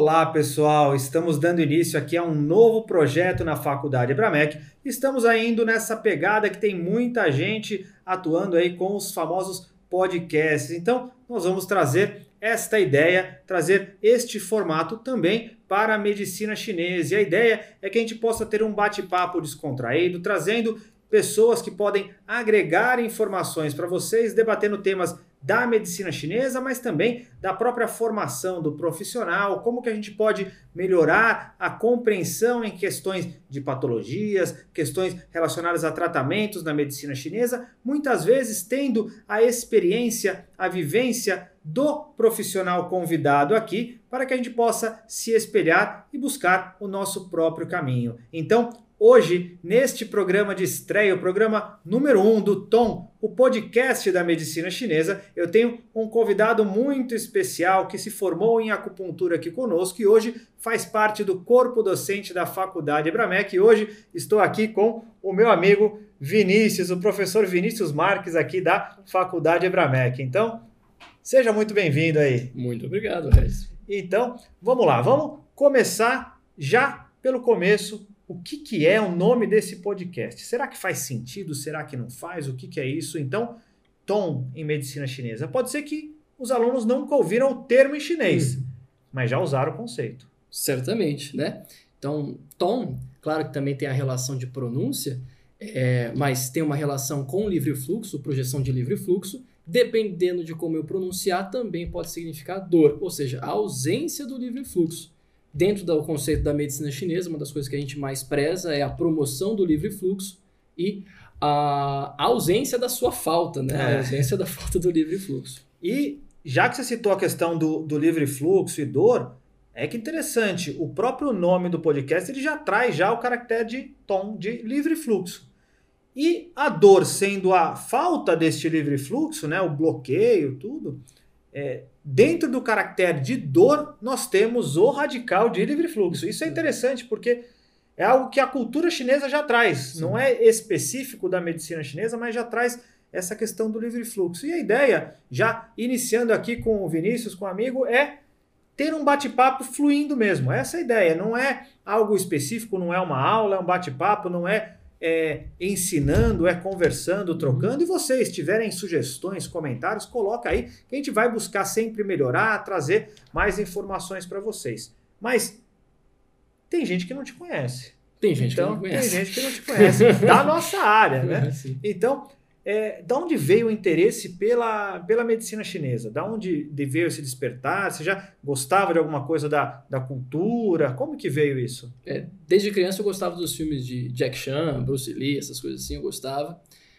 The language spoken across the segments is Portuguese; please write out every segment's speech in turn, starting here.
Olá, pessoal! Estamos dando início aqui a um novo projeto na Faculdade Ebramec. Estamos indo nessa pegada que tem muita gente atuando aí com os famosos podcasts. Então, nós vamos trazer esta ideia, trazer este formato também para a medicina chinesa. E a ideia é que a gente possa ter um bate-papo descontraído, trazendo pessoas que podem agregar informações para vocês, debatendo temas da medicina chinesa, mas também da própria formação do profissional, como que a gente pode melhorar a compreensão em questões de patologias, questões relacionadas a tratamentos na medicina chinesa, muitas vezes tendo a experiência, a vivência do profissional convidado aqui, para que a gente possa se espelhar e buscar o nosso próprio caminho. Então, hoje, neste programa de estreia, o programa número 1 do Tom, o podcast da medicina chinesa, eu tenho um convidado muito especial que se formou em acupuntura aqui conosco e hoje faz parte do corpo docente da Faculdade Ebramec. E hoje estou aqui com o meu amigo Vinícius, o professor Vinícius Marques aqui da Faculdade Ebramec. Então, seja muito bem-vindo aí. Muito obrigado, Regis. Então, vamos lá, vamos começar já pelo começo. O que é o nome desse podcast? Será que faz sentido? Será que não faz? O que é isso? Então, Tom em medicina chinesa. Pode ser que os alunos nunca ouviram o termo em chinês, mas já usaram o conceito. Certamente, né? Então, Tom, claro que também tem a relação de pronúncia, mas tem uma relação com livre fluxo, projeção de livre fluxo. Dependendo de como eu pronunciar, também pode significar dor, ou seja, a ausência do livre fluxo. Dentro do conceito da medicina chinesa, uma das coisas que a gente mais preza é a promoção do livre fluxo e a ausência da sua falta, né? A ausência da falta do livre fluxo. E já que você citou a questão do livre fluxo e dor, é que interessante, o próprio nome do podcast ele já traz já o caractere de tom de livre fluxo. E a dor sendo a falta deste livre fluxo, né? O bloqueio, tudo... dentro do caractere de dor, nós temos o radical de livre fluxo. Isso é interessante porque é algo que a cultura chinesa já traz. Sim. Não é específico da medicina chinesa, mas já traz essa questão do livre fluxo. E a ideia, já iniciando aqui com o Vinícius, com o amigo, é ter um bate-papo fluindo mesmo. Essa é a ideia. Não é algo específico, não é uma aula, é um bate-papo, não é ensinando, conversando, trocando. E vocês tiverem sugestões, comentários, coloca aí que a gente vai buscar sempre melhorar, trazer mais informações para vocês. Mas tem gente que não te conhece. Tem gente que não conhece. Tem gente que não te conhece da nossa área, né? Sim. Então, da onde veio o interesse pela medicina chinesa? Da onde veio esse despertar? Você já gostava de alguma coisa da cultura? Como que veio isso? Desde criança eu gostava dos filmes de Jack Chan, Bruce Lee, essas coisas assim, eu gostava.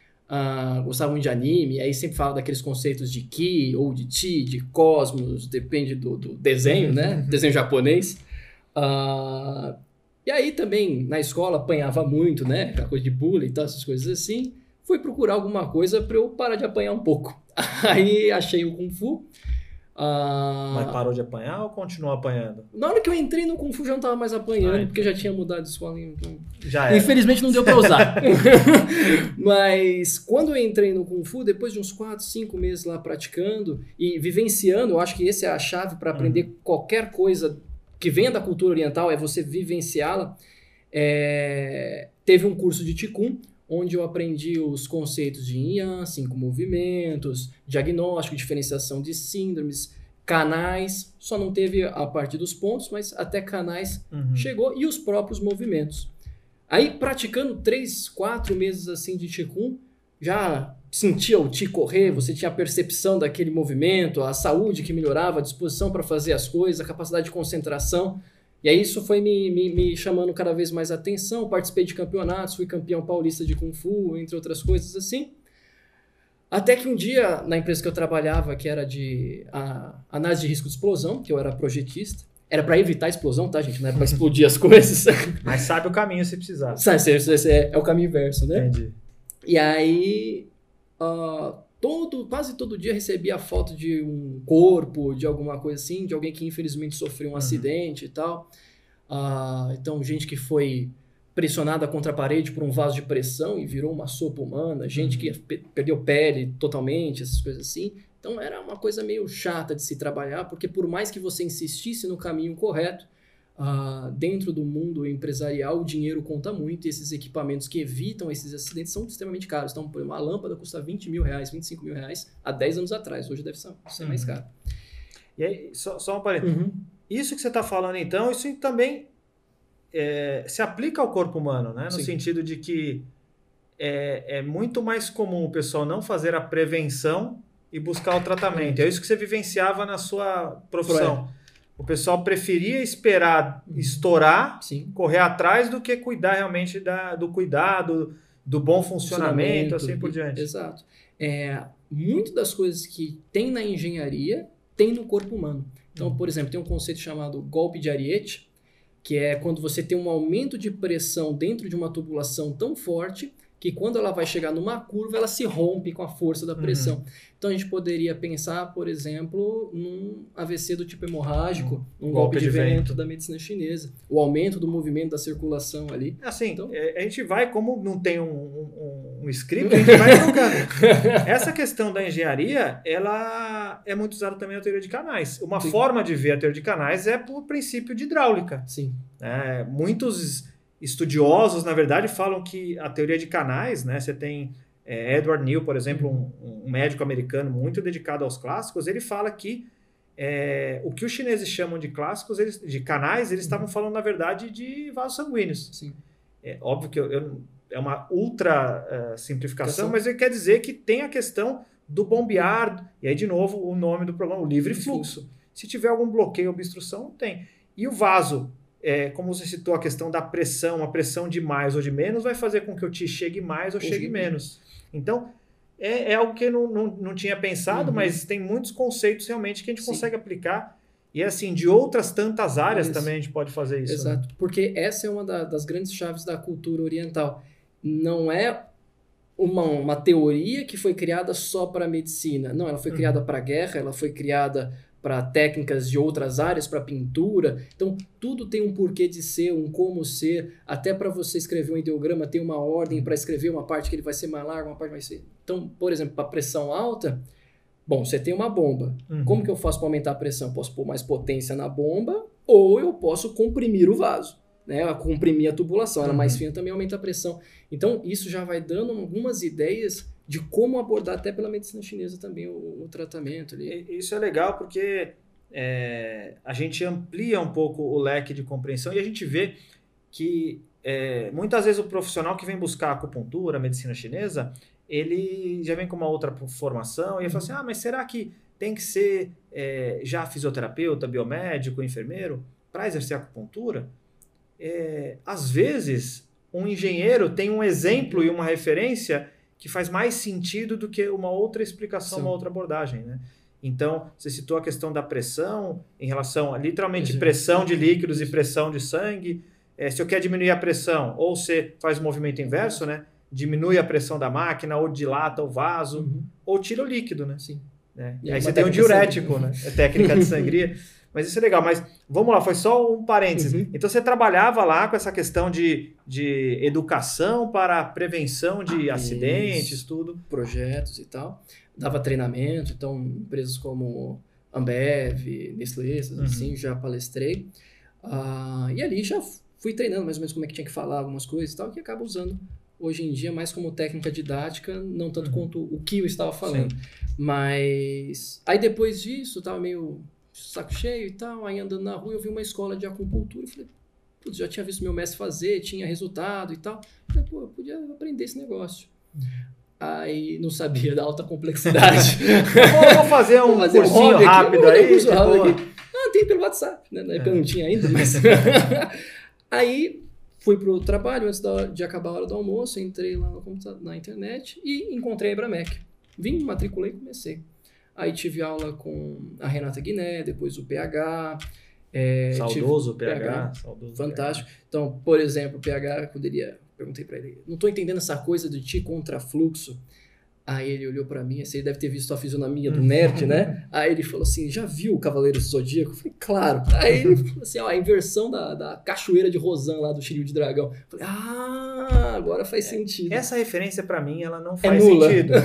Gostava muito de anime, aí sempre falava daqueles conceitos de Ki ou de Chi, de cosmos, depende do desenho, né? Desenho japonês. E aí também na escola apanhava muito, né? Aquela coisa de bullying e tal, essas coisas assim. Fui procurar alguma coisa para eu parar de apanhar um pouco. Aí achei o Kung Fu. Mas parou de apanhar ou continuou apanhando? Na hora que eu entrei no Kung Fu já não estava mais apanhando, porque já tinha mudado de escola. Então... Já era. Infelizmente não deu para usar. Mas quando eu entrei no Kung Fu, depois de uns 4, 5 meses lá praticando e vivenciando, eu acho que essa é a chave para aprender qualquer coisa que venha da cultura oriental, é você vivenciá-la. Teve um curso de Qigong, onde eu aprendi os conceitos de Yin Yang, 5 movimentos, diagnóstico, diferenciação de síndromes, canais, só não teve a parte dos pontos, mas até canais chegou, e os próprios movimentos. Aí, praticando 3, 4 meses assim de Qigong, já sentia o Qi correr, você tinha a percepção daquele movimento, a saúde que melhorava, a disposição para fazer as coisas, a capacidade de concentração. E aí isso foi me chamando cada vez mais atenção, participei de campeonatos, fui campeão paulista de Kung Fu, entre outras coisas assim. Até que um dia, na empresa que eu trabalhava, que era de análise de risco de explosão, que eu era projetista, era para evitar a explosão, tá, gente? Não era para explodir as coisas. Mas sabe o caminho se precisar. É o caminho inverso, né? Entendi. E aí, quase todo dia recebia a foto de um corpo, de alguma coisa assim, de alguém que infelizmente sofreu um acidente e tal. Então, gente que foi pressionada contra a parede por um vaso de pressão e virou uma sopa humana, gente que perdeu pele totalmente, essas coisas assim. Então era uma coisa meio chata de se trabalhar, porque por mais que você insistisse no caminho correto, dentro do mundo empresarial o dinheiro conta muito e esses equipamentos que evitam esses acidentes são extremamente caros. Então, por exemplo, uma lâmpada custa R$20 mil, R$25 mil há 10 anos atrás, hoje deve ser mais caro. E aí, só um parênteses. Isso que você está falando então, isso também se aplica ao corpo humano, né? No sentido de que é muito mais comum o pessoal não fazer a prevenção e buscar o tratamento. É isso que você vivenciava na sua profissão. O pessoal preferia esperar estourar, correr atrás, do que cuidar realmente do cuidado, do bom funcionamento, assim por diante. Exato. Muito das coisas que tem na engenharia, tem no corpo humano. Então, por exemplo, tem um conceito chamado golpe de Ariete, que é quando você tem um aumento de pressão dentro de uma tubulação tão forte que quando ela vai chegar numa curva, ela se rompe com a força da pressão. Então, a gente poderia pensar, por exemplo, num AVC do tipo hemorrágico, num golpe de vento da medicina chinesa. O aumento do movimento da circulação ali. Assim, então, a gente vai, como não tem um script, a gente vai jogando. Essa questão da engenharia, ela é muito usada também na teoria de canais. Uma forma de ver a teoria de canais é por princípio de hidráulica. Sim. Muitos estudiosos, na verdade, falam que a teoria de canais, né, você tem Edward Neal, por exemplo, um médico americano muito dedicado aos clássicos, ele fala que o que os chineses chamam de clássicos, de canais, eles estavam falando, na verdade, de vasos sanguíneos. Sim. É óbvio que é uma ultra simplificação, mas ele quer dizer que tem a questão do bombear, e aí, de novo, o nome do programa, o livre fluxo. Se tiver algum bloqueio ou obstrução, tem. E o vaso, como você citou, a questão da pressão, a pressão de mais ou de menos vai fazer com que o ti chegue mais ou chegue menos. Então, é algo que eu não tinha pensado, mas tem muitos conceitos realmente que a gente consegue aplicar. E assim, de outras tantas áreas também a gente pode fazer isso. Exato, né? Porque essa é uma das grandes chaves da cultura oriental. Não é uma teoria que foi criada só para a medicina. Não, ela foi criada para a guerra, ela foi criada para técnicas de outras áreas, para pintura. Então, tudo tem um porquê de ser, um como ser. Até para você escrever um ideograma, tem uma ordem para escrever uma parte que ele vai ser mais larga, uma parte vai ser... Então, por exemplo, para pressão alta, bom, você tem uma bomba. Como que eu faço para aumentar a pressão? Eu posso pôr mais potência na bomba ou eu posso comprimir o vaso, né? Comprimir a tubulação. Ela mais fina também aumenta a pressão. Então, isso já vai dando algumas ideias de como abordar até pela medicina chinesa também o tratamento ali. Isso é legal porque a gente amplia um pouco o leque de compreensão e a gente vê que muitas vezes o profissional que vem buscar acupuntura, medicina chinesa, ele já vem com uma outra formação e ele fala assim, mas será que tem que ser já fisioterapeuta, biomédico, enfermeiro para exercer acupuntura? Às vezes, um engenheiro tem um exemplo e uma referência que faz mais sentido do que uma outra explicação, uma outra abordagem, né? Então, você citou a questão da pressão em relação a, literalmente, pressão de líquidos e pressão de sangue. Se eu quero diminuir a pressão, ou você faz o movimento inverso, né? Diminui a pressão da máquina, ou dilata o vaso, ou tira o líquido, né? Sim. Aí você tem um diurético, né? É técnica de sangria. Mas isso é legal. Mas vamos lá, foi só um parênteses. Então você trabalhava lá com essa questão de educação para prevenção de acidentes, tudo. Projetos e tal. Dava treinamento, então empresas como Ambev, Nestlé, assim, já palestrei. E ali já fui treinando mais ou menos como é que tinha que falar algumas coisas e tal, que acaba usando hoje em dia mais como técnica didática, não tanto quanto o que eu estava falando. Sim. Mas aí depois disso, tava meio saco cheio e tal, aí andando na rua eu vi uma escola de acupuntura e falei, putz, já tinha visto meu mestre fazer, tinha resultado e tal. Falei, pô, eu podia aprender esse negócio. Aí não sabia da alta complexidade. Vou fazer um cursinho rápido aí. Tem pelo WhatsApp, né? Na época eu não tinha ainda, mas... Aí fui pro trabalho, antes de acabar a hora do almoço, entrei lá na internet e encontrei a Ibramec. Vim, matriculei e comecei. Aí tive aula com a Renata Guiné, depois o PH. Saudoso PH. Fantástico. PH. Então, por exemplo, o PH, perguntei para ele, não estou entendendo essa coisa de ti contra fluxo. Aí ele olhou pra mim, assim, ele deve ter visto a fisionomia do nerd, né? Aí ele falou assim, já viu o Cavaleiros do Zodíaco? Eu falei, claro. Aí ele falou assim, ó, a inversão da cachoeira de Rosan lá do Shiryu de Dragão. Eu falei, agora faz sentido. Essa referência pra mim, ela não faz nula. sentido.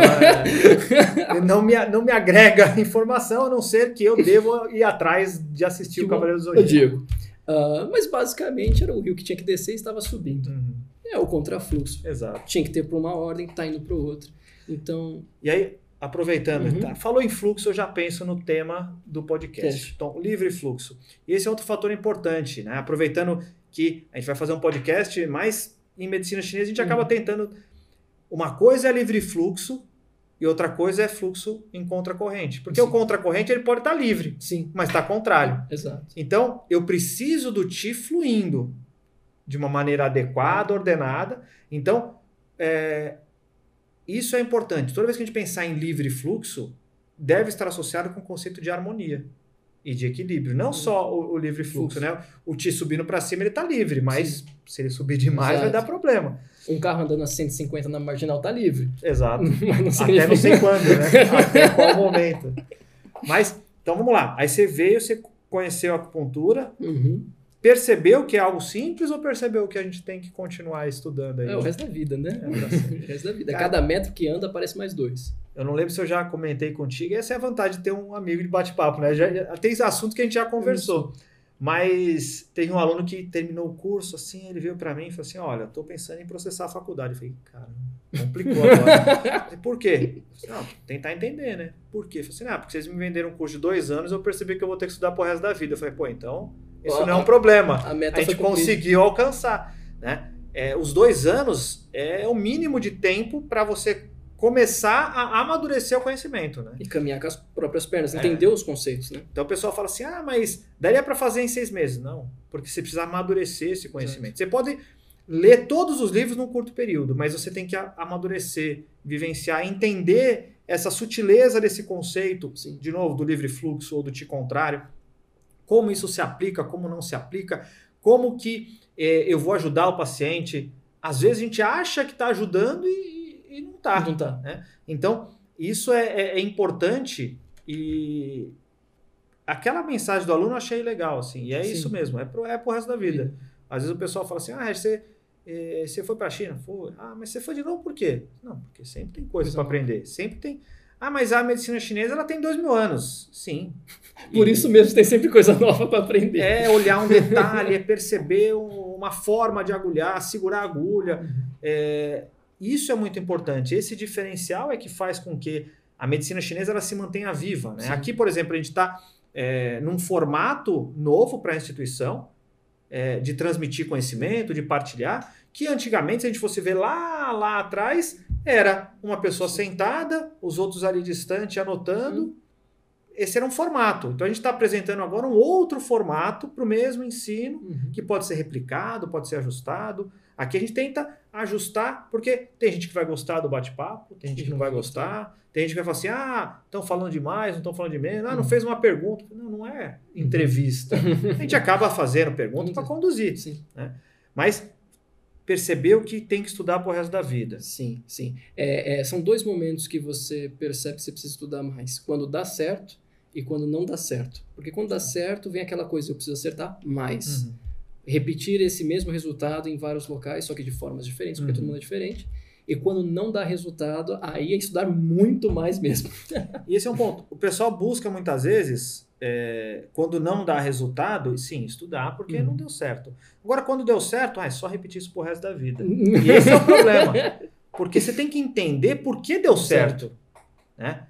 Ela não me agrega informação, a não ser que eu devo ir atrás de assistir o Cavaleiro do Zodíaco. Mas basicamente era o rio que tinha que descer e estava subindo. É o contrafluxo. Exato. Tinha que ter para uma ordem, tá indo para outra. Então... E aí, aproveitando, falou em fluxo, eu já penso no tema do podcast. Então, livre fluxo. E esse é outro fator importante, né? Aproveitando que a gente vai fazer um podcast, mas em medicina chinesa a gente acaba tentando... Uma coisa é livre fluxo e outra coisa é fluxo em contracorrente. Porque o contracorrente ele pode estar livre, mas está contrário. Exato. Então, eu preciso do Qi fluindo de uma maneira adequada, ordenada. Então, isso é importante. Toda vez que a gente pensar em livre fluxo, deve estar associado com o conceito de harmonia e de equilíbrio. Não só o livre fluxo, né? O Qi subindo para cima, ele está livre, mas se ele subir demais, vai dar problema. Um carro andando a 150 na marginal está livre. Exato. Até não sei quando, né? Até qual momento. Mas, então vamos lá. Aí você veio, você conheceu a acupuntura, percebeu que é algo simples ou percebeu que a gente tem que continuar estudando aí? É o resto da vida, né? O resto da vida. Cada metro que anda aparece mais 2. Eu não lembro se eu já comentei contigo. Essa é a vantagem de ter um amigo de bate-papo, né? Tem assuntos que a gente já conversou. Mas tem um aluno que terminou o curso, assim, ele veio para mim e falou assim, olha, estou pensando em processar a faculdade. Eu falei, cara, complicou agora. Falei, por quê? Eu falei, não, tentar entender, né? Por quê? Eu falei assim, porque vocês me venderam um curso de 2 anos, eu percebi que eu vou ter que estudar pro resto da vida. Eu falei, pô, então, isso não é um problema. A gente conseguiu alcançar, né? Os 2 anos é o mínimo de tempo para você começar a amadurecer o conhecimento, né? E caminhar com as próprias pernas, entender os conceitos, né? Então o pessoal fala assim, mas daria para fazer em 6 meses. Não, porque você precisa amadurecer esse conhecimento. Você pode ler todos os livros num curto período, mas você tem que amadurecer, vivenciar, entender essa sutileza desse conceito, de novo, do livre fluxo ou do Qi contrário, como isso se aplica, como não se aplica, como que eu vou ajudar o paciente. Às vezes a gente acha que está ajudando e não está. Não tá. Né? Então, isso é importante e aquela mensagem do aluno eu achei legal, assim, e isso mesmo, é pro resto da vida. Às vezes o pessoal fala assim, você foi para a China? Foi. Mas você foi de novo por quê? Não, porque sempre tem coisa para aprender, sempre tem... mas a medicina chinesa ela tem 2.000 anos. Sim. Por isso mesmo tem sempre coisa nova para aprender. É olhar um detalhe, é perceber uma forma de agulhar, segurar a agulha. Isso é muito importante. Esse diferencial é que faz com que a medicina chinesa ela se mantenha viva. Né? Aqui, por exemplo, a gente está num formato novo para a instituição, de transmitir conhecimento, de partilhar, que antigamente, se a gente fosse ver lá atrás, era uma pessoa sentada, os outros ali distante anotando. Esse era um formato. Então a gente está apresentando agora um outro formato para o mesmo ensino, que pode ser replicado, pode ser ajustado. Aqui a gente tenta ajustar, porque tem gente que vai gostar do bate-papo, tem gente que não vai gostar, tem gente que vai falar assim, estão falando demais, não estão falando de menos, não fez uma pergunta. Não é entrevista. A gente acaba fazendo pergunta para conduzir. Né? Mas percebeu que tem que estudar pro resto da vida. Sim. São 2 momentos que você percebe que você precisa estudar mais. Quando dá certo e quando não dá certo. Porque quando dá certo, vem aquela coisa, eu preciso acertar mais. Repetir esse mesmo resultado em vários locais, só que de formas diferentes, porque todo mundo é diferente. E quando não dá resultado, aí é estudar muito mais mesmo. E esse é um ponto. O pessoal busca muitas vezes, quando não dá resultado, sim, estudar, porque não deu certo. Agora, quando deu certo, é só repetir isso pro resto da vida. E esse é o problema. Porque você tem que entender por que deu certo. Né?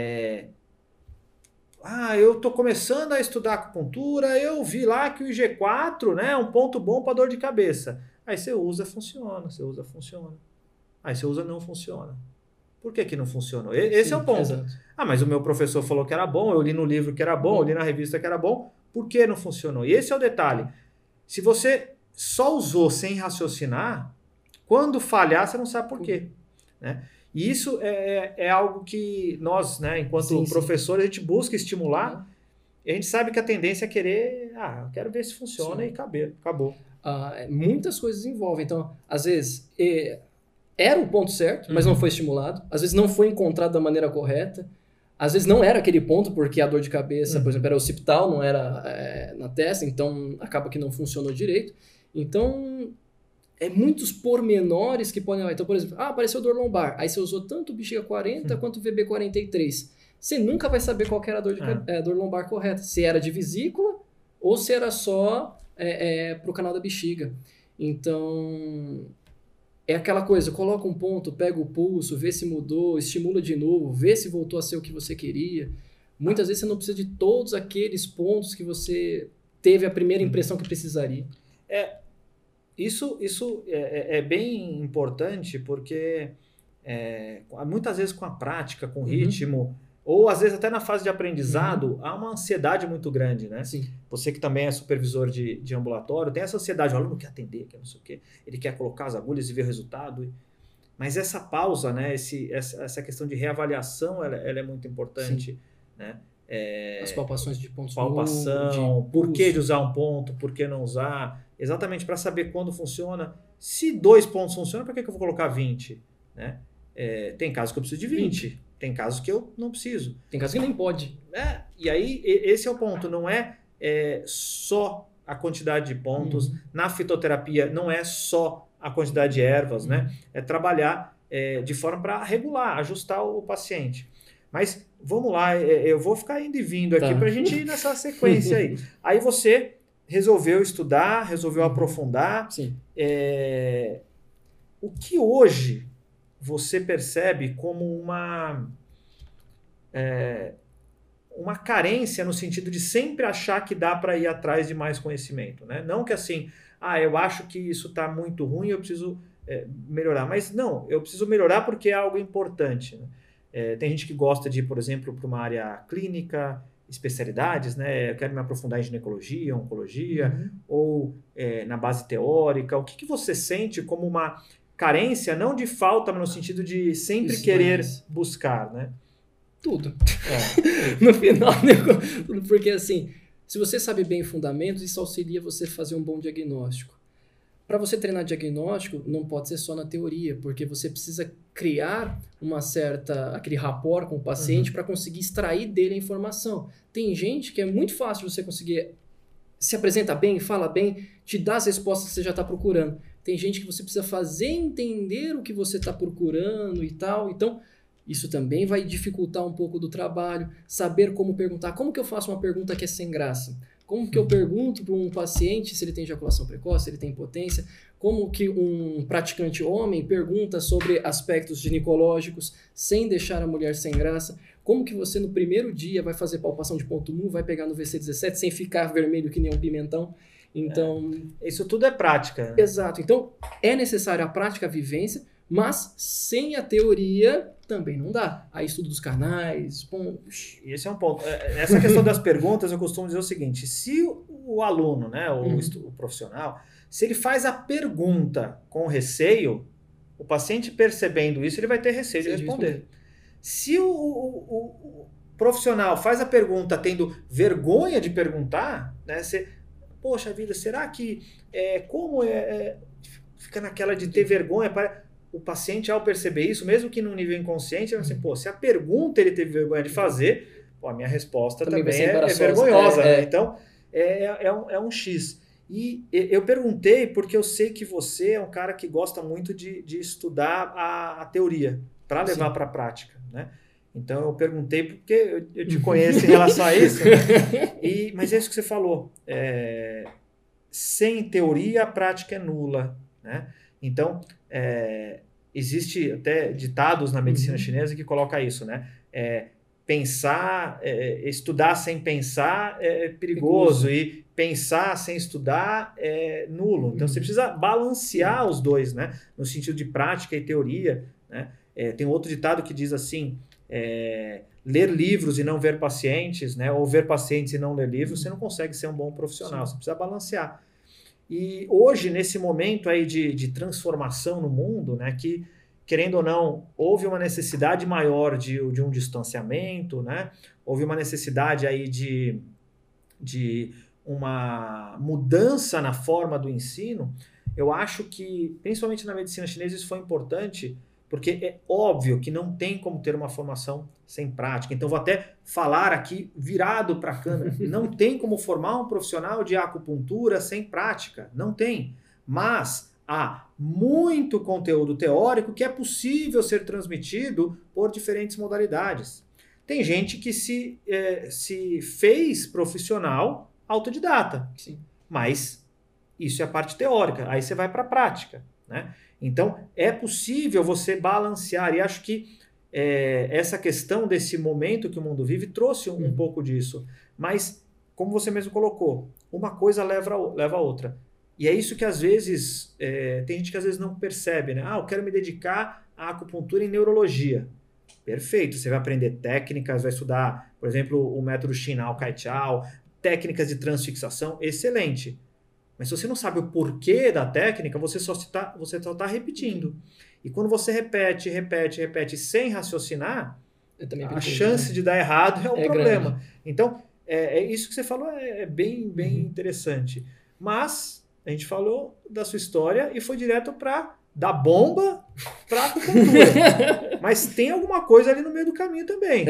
Eu estou começando a estudar acupuntura, eu vi lá que o IG4, né, é um ponto bom para dor de cabeça. Aí você usa, funciona. Você usa, funciona. Aí você usa, não funciona. Por que não funcionou? Esse é o ponto. Exato. Mas o meu professor falou que era bom, eu li no livro que era bom, eu li na revista que era bom. Por que não funcionou? E esse é o detalhe. Se você só usou sem raciocinar, quando falhar, você não sabe por quê. Né? E isso é algo que nós, né, enquanto professores, a gente busca estimular. E a gente sabe que a tendência é querer, eu quero ver se funciona e acabou. Muitas coisas envolvem. Então, às vezes, era o ponto certo, mas não foi estimulado. Às vezes não foi encontrado da maneira correta. Às vezes não era aquele ponto, porque a dor de cabeça, por exemplo, era occipital, não era na testa, então acaba que não funcionou direito. Então, muitos pormenores que podem... Então, por exemplo, apareceu dor lombar. Aí você usou tanto o bexiga 40 quanto o VB 43. Você nunca vai saber qual que era a dor lombar correta. Se era de vesícula ou se era só para o canal da bexiga. Então, é aquela coisa, coloca um ponto, pega o pulso, vê se mudou, estimula de novo, vê se voltou a ser o que você queria. Muitas vezes você não precisa de todos aqueles pontos que você teve a primeira impressão que precisaria. Isso é bem importante porque muitas vezes com a prática, com o ritmo, ou às vezes até na fase de aprendizado, há uma ansiedade muito grande, né? Sim. Você que também é supervisor de ambulatório, tem essa ansiedade, o aluno quer atender, quer não sei o quê, ele quer colocar as agulhas e ver o resultado. Mas essa pausa, né? Essa questão de reavaliação, ela é muito importante, né? As palpações de pontos. Palpação, por que de usar um ponto, por que não usar, exatamente para saber quando funciona. Se 2 pontos funcionam, para que eu vou colocar 20? Né? Tem casos que eu preciso de 20, tem casos que eu não preciso. Tem casos que nem pode. E aí, esse é o ponto, não é só a quantidade de pontos. Na fitoterapia, não é só a quantidade de ervas, né? É trabalhar de forma para regular, ajustar o paciente. Mas vamos lá, eu vou ficar indo e vindo aqui para a gente ir nessa sequência aí. Aí você resolveu estudar, resolveu aprofundar. Sim. O que hoje você percebe como uma carência no sentido de sempre achar que dá para ir atrás de mais conhecimento, né? Não que assim, eu acho que isso está muito ruim, eu preciso melhorar. Mas não, eu preciso melhorar porque é algo importante, né? Tem gente que gosta de ir, por exemplo, para uma área clínica, especialidades, né? Eu quero me aprofundar em ginecologia, oncologia, ou na base teórica. O que você sente como uma carência, não de falta, mas no sentido de sempre querer buscar, né? Tudo. No final, tudo. Porque assim, se você sabe bem fundamentos, isso auxilia você a fazer um bom diagnóstico. Para você treinar diagnóstico, não pode ser só na teoria, porque você precisa criar aquele rapport com o paciente para conseguir extrair dele a informação. Tem gente que é muito fácil você conseguir se apresenta bem, fala bem, te dá as respostas que você já está procurando. Tem gente que você precisa fazer entender o que você está procurando e tal. Então, isso também vai dificultar um pouco do trabalho. Saber como perguntar. Como que eu faço uma pergunta que é sem graça? Como que eu pergunto para um paciente se ele tem ejaculação precoce, se ele tem impotência? Como que um praticante homem pergunta sobre aspectos ginecológicos sem deixar a mulher sem graça? Como que você no primeiro dia vai fazer palpação de ponto nu, vai pegar no VC17 sem ficar vermelho que nem um pimentão? Então, isso tudo é prática, né? Exato. Então, é necessária a prática, a vivência, mas sem a teoria também não dá. Aí estudo dos canais, E esse é um ponto. Essa questão das perguntas, eu costumo dizer o seguinte: se o aluno, né, o profissional, se ele faz a pergunta com receio, o paciente percebendo isso, ele vai ter receio de responder. Se o profissional faz a pergunta tendo vergonha de perguntar, né, poxa vida, será que fica naquela de ter vergonha? O paciente, ao perceber isso, mesmo que num nível inconsciente, ele vai assim, se a pergunta ele teve vergonha de fazer, a minha resposta também é vergonhosa. Né? Então, é um X. E eu perguntei porque eu sei que você é um cara que gosta muito de estudar a teoria para levar para a prática, né? Então, eu perguntei porque eu te conheço em relação a isso. Né? Mas é isso que você falou. Sem teoria, a prática é nula. Né? Então, existe até ditados na medicina chinesa que coloca isso. Né? Estudar sem pensar é perigoso. E pensar sem estudar é nulo. Então, você precisa balancear os dois, né? No sentido de prática e teoria. Né? Tem outro ditado que diz assim... ler livros e não ver pacientes, né? Ou ver pacientes e não ler livros, você não consegue ser um bom profissional. Sim. Você precisa balancear. E hoje, nesse momento aí de transformação no mundo, né, que, querendo ou não, houve uma necessidade maior de um distanciamento, né? Houve uma necessidade aí de uma mudança na forma do ensino. eu acho que, principalmente na medicina chinesa, isso foi importante, porque é óbvio que não tem como ter uma formação sem prática. Então, vou até falar aqui virado para a câmera. Não tem como formar um profissional de acupuntura sem prática. Não tem. Mas há muito conteúdo teórico que é possível ser transmitido por diferentes modalidades. Tem gente que se fez profissional autodidata. Sim. Mas isso é a parte teórica. Aí você vai para a prática, né? Então, é possível você balancear, e acho que essa questão desse momento que o mundo vive trouxe um pouco disso. Mas, como você mesmo colocou, uma coisa leva a outra. E é isso que às vezes, tem gente que às vezes não percebe, né? Eu quero me dedicar à acupuntura em neurologia. Perfeito, você vai aprender técnicas, vai estudar, por exemplo, o método Shinao Kai Chao, técnicas de transfixação, excelente. Mas se você não sabe o porquê da técnica, você só está repetindo. E quando você repete sem raciocinar, a chance de dar errado é um problema. Grande. Então, isso que você falou é bem interessante. Mas a gente falou da sua história e foi direto para da bomba para a acupuntura. Mas tem alguma coisa ali no meio do caminho também.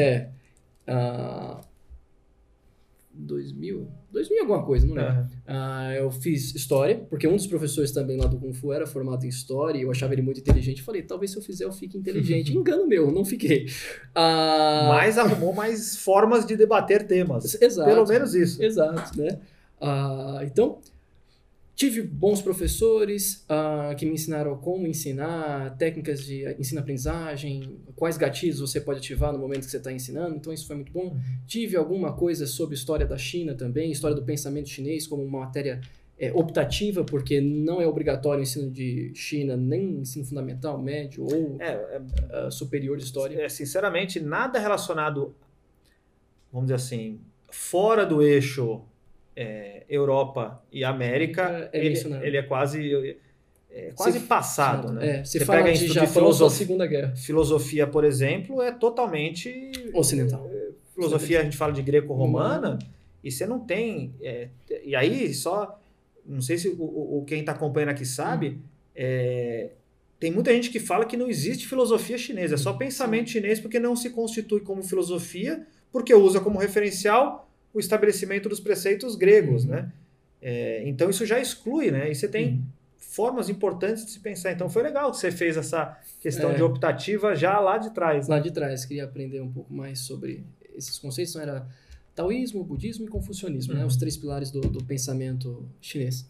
2000 alguma coisa, não lembro. Eu fiz história, porque um dos professores também lá do Kung Fu era formado em história, e eu achava ele muito inteligente. Falei, talvez se eu fizer eu fique inteligente. Engano meu, não fiquei. Mas arrumou mais formas de debater temas. Exato. Pelo menos isso. Exato, né? Então, tive bons professores que me ensinaram como ensinar, técnicas de ensino-aprendizagem, quais gatilhos você pode ativar no momento que você está ensinando, então isso foi muito bom. Tive alguma coisa sobre história da China também, história do pensamento chinês como uma matéria optativa, porque não é obrigatório o ensino de China, nem ensino fundamental, médio ou superior de história. Sinceramente, nada relacionado, vamos dizer assim, fora do eixo Europa e América, ele é quase passado, né? Você fala de Japão, só a Segunda Guerra. Filosofia, por exemplo, é totalmente ocidental. Filosofia, a gente fala de greco-romana, e você não tem... e aí, só... Não sei se quem está acompanhando aqui sabe, tem muita gente que fala que não existe filosofia chinesa, é só pensamento chinês, porque não se constitui como filosofia, porque usa como referencial o estabelecimento dos preceitos gregos, né? Então isso já exclui, né? E você tem formas importantes de se pensar. Então foi legal que você fez essa questão de optativa já lá de trás. Lá de trás, queria aprender um pouco mais sobre esses conceitos. Então era taoísmo, budismo e confucionismo, né? Os 3 pilares do pensamento chinês.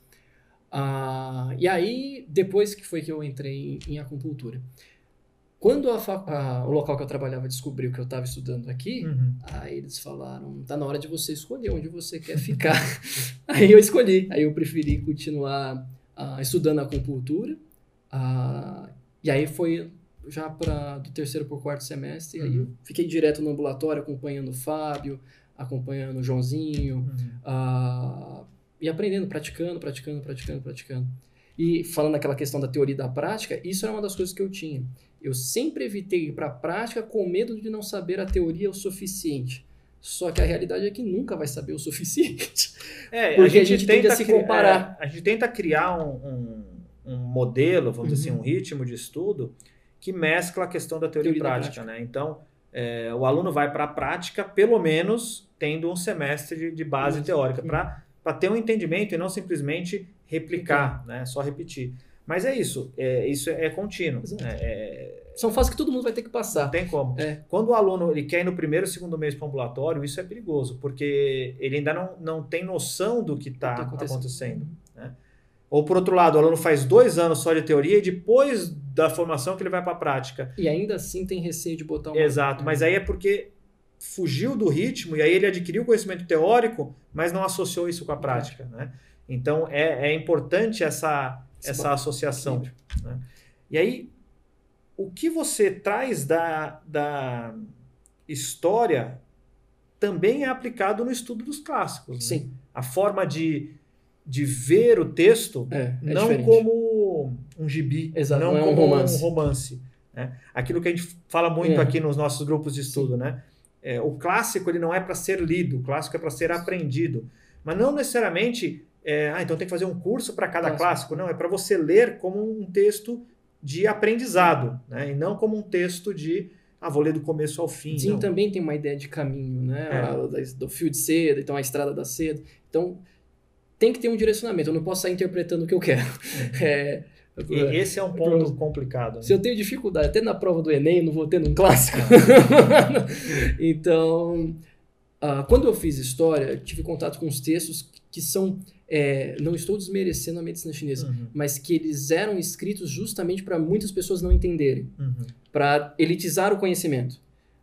E aí, depois que foi que eu entrei em acupuntura. Quando o local que eu trabalhava descobriu que eu estava estudando aqui, aí eles falaram, tá na hora de você escolher onde você quer ficar. Aí eu escolhi, aí eu preferi continuar estudando acupuntura, e aí foi já do 3º para o 4º semestre, aí eu fiquei direto no ambulatório acompanhando o Fábio, acompanhando o Joãozinho, e aprendendo, praticando. E falando daquela questão da teoria e da prática, isso era uma das coisas que eu tinha. Eu sempre evitei ir para a prática com medo de não saber a teoria o suficiente. Só que a realidade é que nunca vai saber o suficiente. Porque a gente tende a se comparar. A gente tenta criar um modelo, vamos dizer assim, um ritmo de estudo que mescla a questão da teoria e prática, né? Então, o aluno vai para a prática, pelo menos, tendo um semestre de base teórica, para ter um entendimento e não simplesmente replicar, né? Só repetir. Mas é isso é contínuo. São fases que todo mundo vai ter que passar. Não tem como. Quando o aluno ele quer ir no 1º, 2º mês para o ambulatório, isso é perigoso, porque ele ainda não tem noção do que está acontecendo. Né? Ou, por outro lado, o aluno faz 2 anos só de teoria e depois da formação que ele vai para a prática. E ainda assim tem receio de botar uma... Exato, mas aí é porque fugiu do ritmo e aí ele adquiriu conhecimento teórico, mas não associou isso com a prática. Né? Então, é importante essa associação. Né? E aí, o que você traz da história também é aplicado no estudo dos clássicos. Sim. Né? A forma de ver o texto não diferente. Como um gibi, exato, não como um romance. Né? Aquilo que a gente fala muito aqui nos nossos grupos de estudo. Né? O clássico ele não é para ser lido, o clássico é para ser aprendido. Mas não necessariamente então tem que fazer um curso para cada clássico. Não, é para você ler como um texto de aprendizado, né? E não como um texto de vou ler do começo ao fim. Sim, também tem uma ideia de caminho, né? Do fio de seda, então a estrada da seda. Então, tem que ter um direcionamento, eu não posso sair interpretando o que eu quero. E esse é um ponto complicado. Né? Se eu tenho dificuldade, até na prova do Enem, eu não vou ter num clássico. Então, quando eu fiz história, eu tive contato com os textos que são... não estou desmerecendo a medicina chinesa, mas que eles eram escritos justamente para muitas pessoas não entenderem, para elitizar o conhecimento.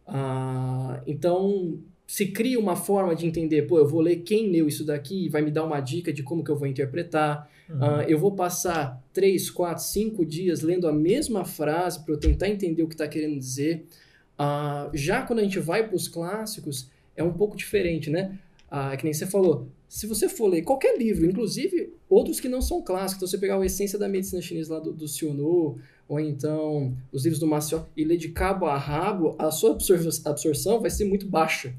Então, se cria uma forma de entender, eu vou ler quem leu isso daqui e vai me dar uma dica de como que eu vou interpretar. Eu vou passar 3, 4, 5 dias lendo a mesma frase para eu tentar entender o que está querendo dizer. Já quando a gente vai para os clássicos, é um pouco diferente, né? Que nem você falou, se você for ler qualquer livro, inclusive outros que não são clássicos, então você pegar a Essência da Medicina Chinesa lá do Xiongnu, ou então os livros do Maciel, e ler de cabo a rabo, a sua absorção vai ser muito baixa.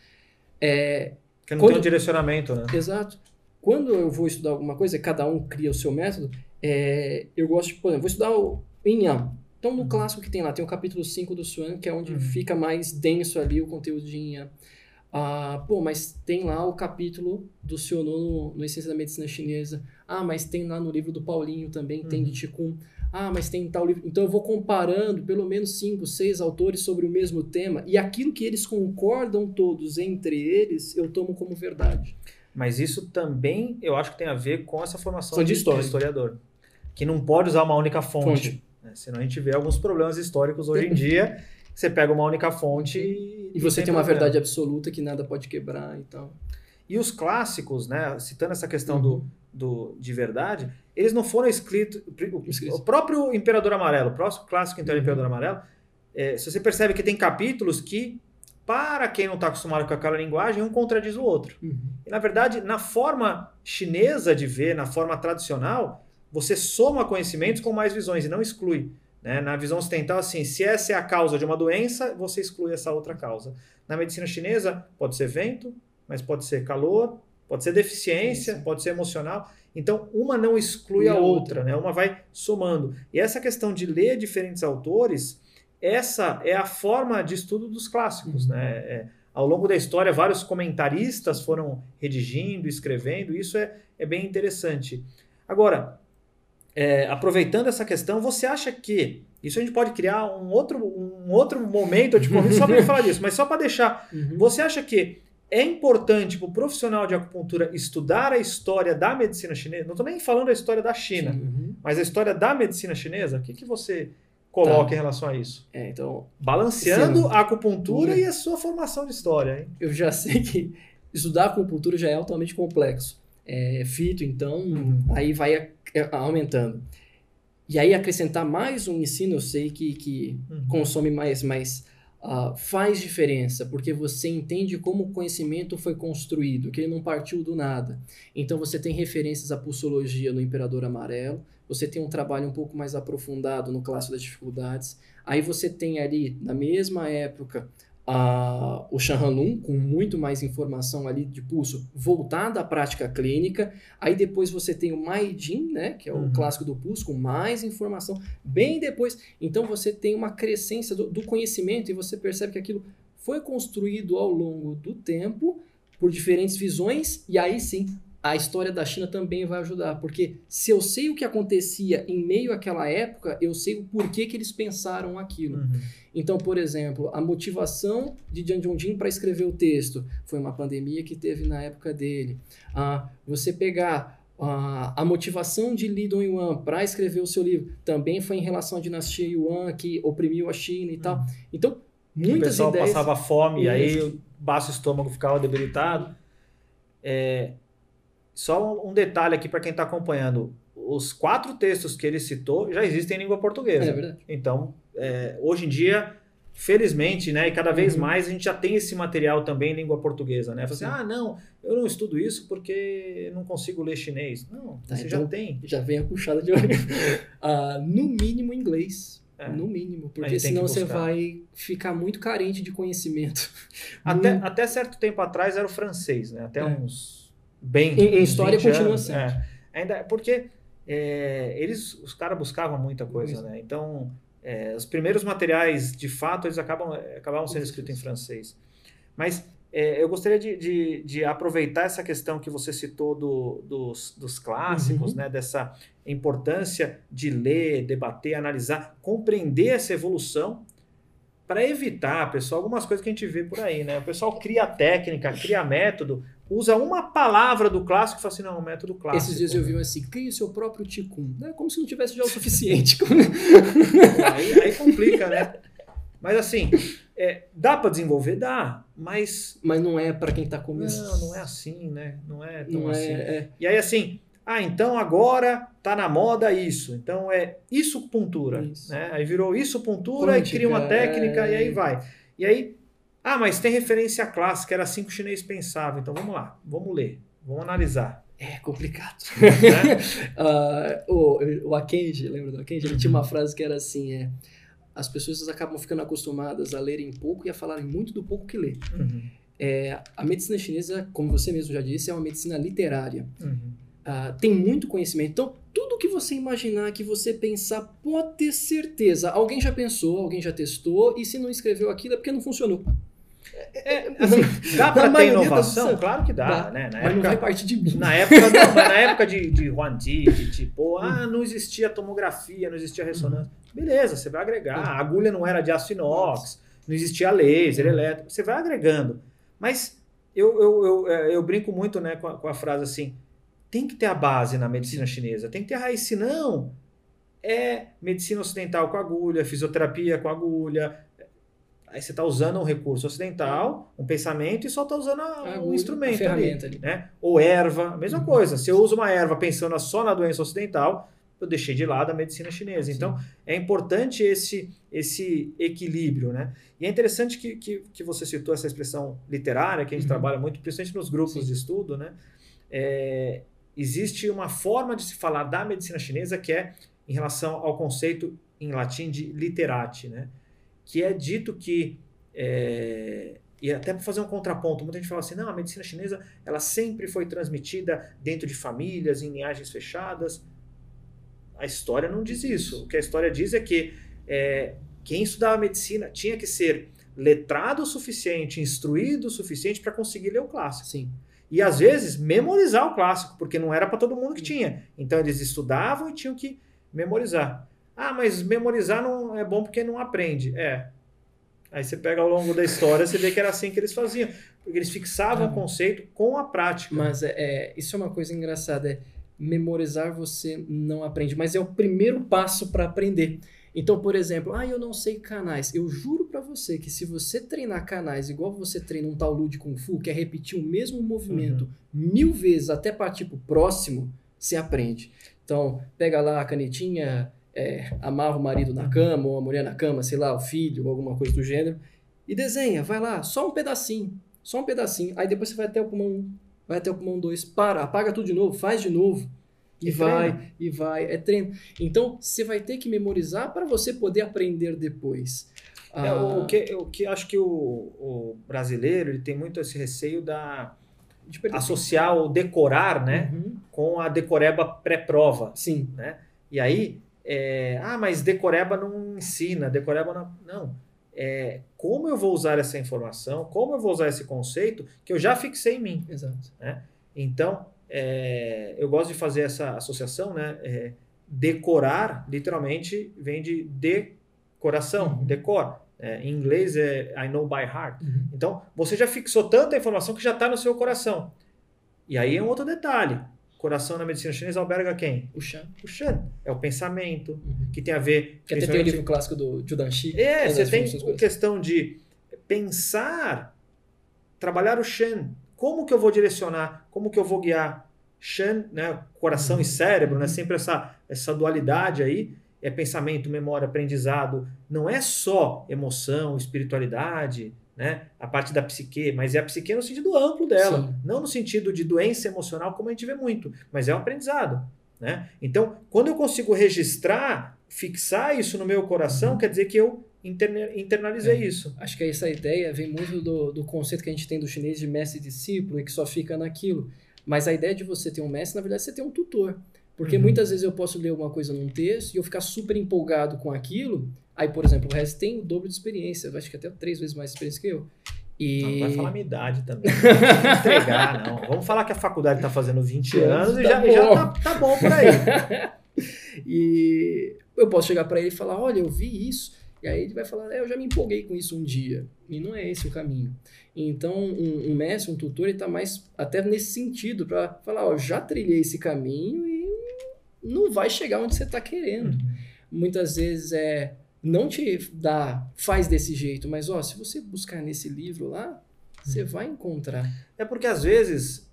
Porque não tem um direcionamento, né? Exato. Quando eu vou estudar alguma coisa, cada um cria o seu método, eu gosto de, por exemplo, vou estudar o Yin Yang. Então, no clássico que tem lá, tem o capítulo 5 do Xuan, que é onde fica mais denso ali o conteúdo de Yin Yang. Mas tem lá o capítulo do Xiongnu no Essência da Medicina Chinesa. Mas tem lá no livro do Paulinho também, tem de Qigong. Mas tem tal livro. Então eu vou comparando pelo menos 5, 6 autores sobre o mesmo tema, e aquilo que eles concordam todos entre eles, eu tomo como verdade. Mas isso também, eu acho que tem a ver com essa formação de historiador. Que não pode usar uma única fonte. Né? Senão a gente vê alguns problemas históricos hoje em dia. Você pega uma única fonte e você tem uma verdade absoluta que nada pode quebrar e tal. E os clássicos, né, citando essa questão de verdade, eles não foram escritos... O próprio Imperador Amarelo, o próximo clássico então, Imperador Amarelo, se você percebe que tem capítulos que, para quem não está acostumado com aquela linguagem, um contradiz o outro. E, na verdade, na forma chinesa de ver, na forma tradicional, você soma conhecimentos com mais visões e não exclui. Né? Na visão ocidental, assim, se essa é a causa de uma doença, você exclui essa outra causa. Na medicina chinesa, pode ser vento, mas pode ser calor, pode ser deficiência, pode ser emocional. Então, uma não exclui a outra, né? Uma vai somando. E essa questão de ler diferentes autores, essa é a forma de estudo dos clássicos. Né? Ao longo da história, vários comentaristas foram redigindo, escrevendo, isso é bem interessante. Agora, aproveitando essa questão, você acha que... Isso a gente pode criar um outro momento, eu te convido só para falar disso, mas só para deixar... Você acha que é importante para o profissional de acupuntura estudar a história da medicina chinesa? Não estou nem falando da história da China, mas a história da medicina chinesa? O que você coloca em relação a isso? Então, balanceando a acupuntura e a sua formação de história. Hein? Eu já sei que estudar acupuntura já é altamente complexo. Fito, então, aí vai aumentando. E aí acrescentar mais um ensino, eu sei que consome mais, mas faz diferença, porque você entende como o conhecimento foi construído, que ele não partiu do nada. Então você tem referências à pulsologia no Imperador Amarelo, você tem um trabalho um pouco mais aprofundado no Clássico das Dificuldades, aí você tem ali, na mesma época, o Shanhanlun, com muito mais informação ali de pulso voltada à prática clínica. Aí depois você tem o Maijin, né, que é o clássico do pulso, com mais informação, bem depois. Então você tem uma crescência do conhecimento e você percebe que aquilo foi construído ao longo do tempo por diferentes visões, e aí sim, a história da China também vai ajudar, porque se eu sei o que acontecia em meio àquela época, eu sei o porquê que eles pensaram aquilo. Então, por exemplo, a motivação de Jiang Zhongjin para escrever o texto foi uma pandemia que teve na época dele. Você pegar a motivação de Li Dongyuan para escrever o seu livro também foi em relação à dinastia Yuan, que oprimiu a China e tal. Então, muitas ideias... O pessoal passava fome, e aí o baço estômago ficava debilitado. Só um detalhe aqui para quem está acompanhando. Os 4 textos que ele citou já existem em língua portuguesa. É verdade. Então, hoje em dia, felizmente, né, e cada vez mais, a gente já tem esse material também em língua portuguesa. Né? Fala assim, não, eu não estudo isso porque não consigo ler chinês. Não, você então, já tem. Já vem a puxada de olho. No mínimo inglês. No mínimo, porque senão você vai ficar muito carente de conhecimento. Até certo tempo atrás era o francês, né? Até uns bem... Em história 20 continua anos, sendo. Ainda, porque os caras buscavam muita coisa, né? Então, os primeiros materiais, de fato, eles acabavam sendo escritos em francês. Mas eu gostaria de aproveitar essa questão que você citou dos clássicos, né? Dessa importância de ler, debater, analisar, compreender essa evolução, para evitar, pessoal, algumas coisas que a gente vê por aí, né? O pessoal cria técnica, cria método, usa uma palavra do clássico e fala assim, não, o método clássico. Esses dias eu vi assim, crie o seu próprio Ticum. É como se não tivesse já o suficiente. Aí complica, né? Mas assim, dá para desenvolver? Dá, mas... Mas não é para quem está começando. Não é assim, né? Não é tão Não assim. é. E aí assim, então agora tá na moda isso. Então isso puntura. Isso. Né? Aí virou isso puntura Quântica, e cria uma técnica e aí vai. E aí, mas tem referência clássica, era assim que o chinês pensava. Então vamos lá, vamos ler, vamos analisar. É complicado. Né? O Akenji, lembra do Akenji? Ele tinha uma frase que era assim, as pessoas acabam ficando acostumadas a lerem pouco e a falarem muito do pouco que lê. A medicina chinesa, como você mesmo já disse, é uma medicina literária. Tem muito conhecimento. Então, tudo que você imaginar, que você pensar, pode ter certeza. Alguém já pensou, alguém já testou, e se não escreveu aquilo é porque não funcionou. Assim, dá para ter inovação? Claro que dá, né? Mas não vai partir de mim. Na época de Huangdi, tipo, não existia tomografia, não existia ressonância. Beleza, você vai agregar. A agulha não era de aço inox, não existia laser, elétrico. Você vai agregando. Mas eu brinco muito, né, com a frase assim, tem que ter a base na medicina chinesa, tem que ter a raiz, senão medicina ocidental com agulha, fisioterapia com agulha. Aí você está usando um recurso ocidental, um pensamento, e só está usando um instrumento, a ferramenta ali. Né? Ou erva, mesma coisa. Se eu uso uma erva pensando só na doença ocidental, eu deixei de lado a medicina chinesa. Sim. Então, é importante esse equilíbrio. Né? E é interessante que você citou essa expressão literária, que a gente trabalha muito, principalmente nos grupos de estudo. Né? Existe uma forma de se falar da medicina chinesa que é em relação ao conceito em latim de literati, né? Que é dito que, e até para fazer um contraponto, muita gente fala assim, não, a medicina chinesa ela sempre foi transmitida dentro de famílias, em linhagens fechadas. A história não diz isso. O que a história diz é que quem estudava medicina tinha que ser letrado o suficiente, instruído o suficiente para conseguir ler o clássico. Sim. E às vezes memorizar o clássico, porque não era para todo mundo que tinha. Então eles estudavam e tinham que memorizar. Mas memorizar não é bom porque não aprende. Aí você pega ao longo da história, você vê que era assim que eles faziam. Porque eles fixavam o conceito com a prática. Mas isso é uma coisa engraçada. Memorizar você não aprende, mas é o primeiro passo para aprender. Então, por exemplo, eu não sei canais. Eu juro para você que se você treinar canais igual você treina um Taolu de Kung Fu, que é repetir o mesmo movimento 1000 vezes até partir pro próximo, você aprende. Então, pega lá a canetinha... amarra o marido na cama, ou a mulher na cama, sei lá, o filho, ou alguma coisa do gênero, e desenha, vai lá, só um pedacinho, aí depois você vai até o pulmão 1, vai até o pulmão 2, apaga tudo de novo, faz de novo, e vai, é treino. Então, você vai ter que memorizar para você poder aprender depois. O que acho que o brasileiro ele tem muito esse receio de associar o decorar, né, com a decoreba pré-prova. Sim. Né? E aí, mas decoreba não ensina, decoreba não. Como eu vou usar essa informação, como eu vou usar esse conceito que eu já fixei em mim. Exato. Né? Então, eu gosto de fazer essa associação, né? Decorar, literalmente, vem de decoração, decor. Em inglês é I know by heart. Então, você já fixou tanta informação que já está no seu coração. E aí é um outro detalhe. Coração na medicina chinesa alberga quem? O Shan. O Shan. É o pensamento, que tem a ver... Que até tem o livro clássico do Judanshi. Você tem a questão de pensar, trabalhar o Shan. Como que eu vou direcionar? Como que eu vou guiar? Shan, né? Coração e cérebro, né? Sempre essa dualidade aí. É pensamento, memória, aprendizado. Não é só emoção, espiritualidade... Né? A parte da psique, mas é a psique no sentido amplo dela, Sim. Não no sentido de doença emocional como a gente vê muito, mas é um aprendizado, né? Então, quando eu consigo registrar, fixar isso no meu coração, quer dizer que eu internalizei isso. Acho que essa ideia vem muito do conceito que a gente tem do chinês de mestre e discípulo e que só fica naquilo. Mas a ideia de você ter um mestre, na verdade, você ter um tutor. Porque muitas vezes eu posso ler uma coisa num texto e eu ficar super empolgado com aquilo. Aí, por exemplo, o resto tem o dobro de experiência. Eu acho que até 3 vezes mais experiência que eu. Não vai falar minha idade também. Não precisa entregar, não. Vamos falar que a faculdade está fazendo 20 anos e já tá bom por aí. E eu posso chegar para ele e falar, olha, eu vi isso. E aí ele vai falar, eu já me empolguei com isso um dia. E não é esse o caminho. Então, um mestre, um tutor, ele está mais até nesse sentido, para falar, ó, já trilhei esse caminho e não vai chegar onde você está querendo. Muitas vezes não te dá, faz desse jeito, mas ó, se você buscar nesse livro lá, você vai encontrar. É porque às vezes,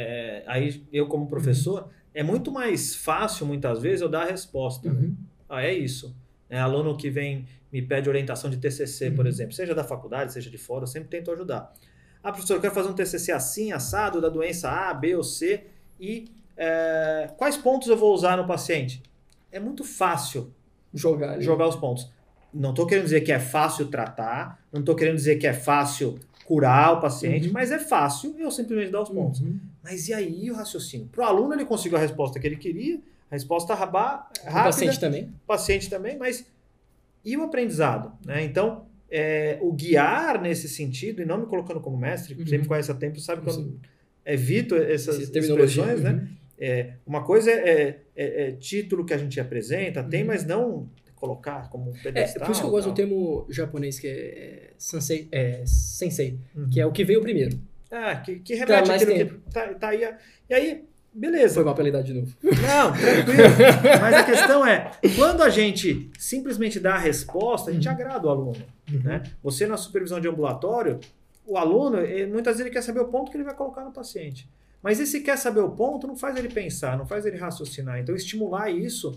aí eu como professor, é muito mais fácil muitas vezes eu dar a resposta. Né? É isso. Aluno que vem, me pede orientação de TCC, por exemplo, seja da faculdade, seja de fora, eu sempre tento ajudar. Professor, eu quero fazer um TCC assim, assado, da doença A, B ou C, e quais pontos eu vou usar no paciente? É muito fácil jogar os pontos. Não estou querendo dizer que é fácil tratar, não estou querendo dizer que é fácil curar o paciente, mas é fácil eu simplesmente dar os pontos. Mas e aí o raciocínio? Para o aluno ele conseguiu a resposta que ele queria, a resposta rápida. O paciente também, mas e o aprendizado? Né? Então, o guiar nesse sentido, e não me colocando como mestre, você me conhece há tempo, sabe que eu evito essas expressões, né? Uma coisa é título que a gente apresenta, tem, mas não colocar como um pedestal. Por isso que eu gosto do termo japonês, que é sensei, que é o que veio primeiro. Que remete àquilo que tá aí. E aí, beleza. Foi mal pela idade de novo. Não, tranquilo. Mas a questão é, quando a gente simplesmente dá a resposta, a gente agrada o aluno. Né? Você na supervisão de ambulatório, o aluno, muitas vezes ele quer saber o ponto que ele vai colocar no paciente. Mas esse quer saber o ponto não faz ele pensar, não faz ele raciocinar. Então, estimular isso